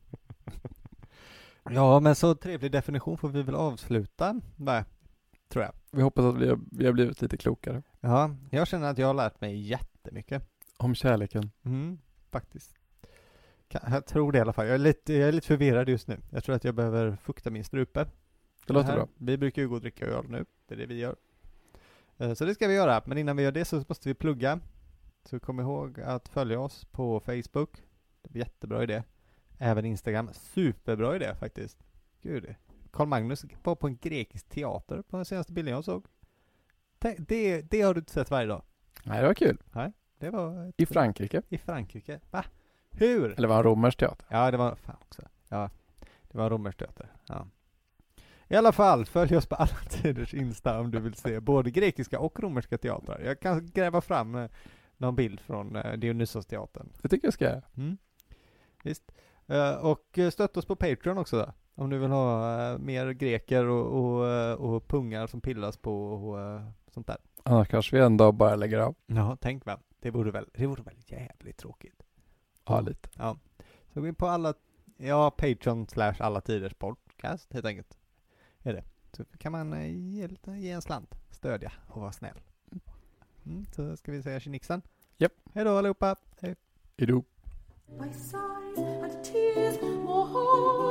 Ja, men så trevlig definition får vi väl avsluta. Nej, tror jag. Vi hoppas att vi har, vi har blivit lite klokare. Ja, jag känner att jag har lärt mig jättemycket. Om kärleken. Mm, faktiskt. Jag tror det i alla fall. Jag är, lite, jag är lite förvirrad just nu. Jag tror att jag behöver fukta min strupe. Det låter här, bra. Vi brukar ju gå och dricka öl nu. Det är det vi gör. Så det ska vi göra. Men innan vi gör det så måste vi plugga. Så kom ihåg att följa oss på Facebook. Det är en jättebra idé. Även Instagram. Superbra idé faktiskt. Gud. Carl Magnus var på en grekisk teater på den senaste bilden jag såg. Det, det, det har du inte sett varje dag. Nej, det var kul. Det var ett, I Frankrike. i Frankrike. Va? Hur? Eller var en romersk teater. Ja, det var fan också. Ja, det var en romersk teater. Ja. I alla fall, följ oss på alla tiders Insta om du vill se både grekiska och romerska teatrar. Jag kan gräva fram eh, någon bild från eh, Dionysos-teatern. Det tycker jag ska göra. Mm. Visst. Uh, och stötta oss på Patreon också då. Om du vill ha uh, mer greker och, och, uh, och pungar som pillas på och uh, sånt där. Annars kanske vi en dag bara lägger av. Ja, tänk väl. Det vore väl, det vore väl jävligt tråkigt. Ja, lite. Ja. Så gå in på alla, ja, Patreon slash alla tiders podcast helt enkelt. Är det. Så kan man uh, ge, lite, ge en slant, stödja och vara snäll. Mm, så ska vi säga tjenixen. Japp. Hej då allihopa. Hej. Hejdå. By sighs and tears, more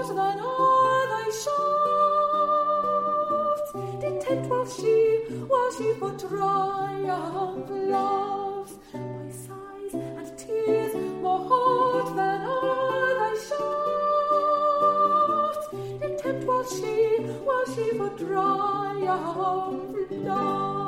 it was she, was she for triumph loves? By sighs and tears more hot than all thy shafts. In tempt was she, was she for triumph loves?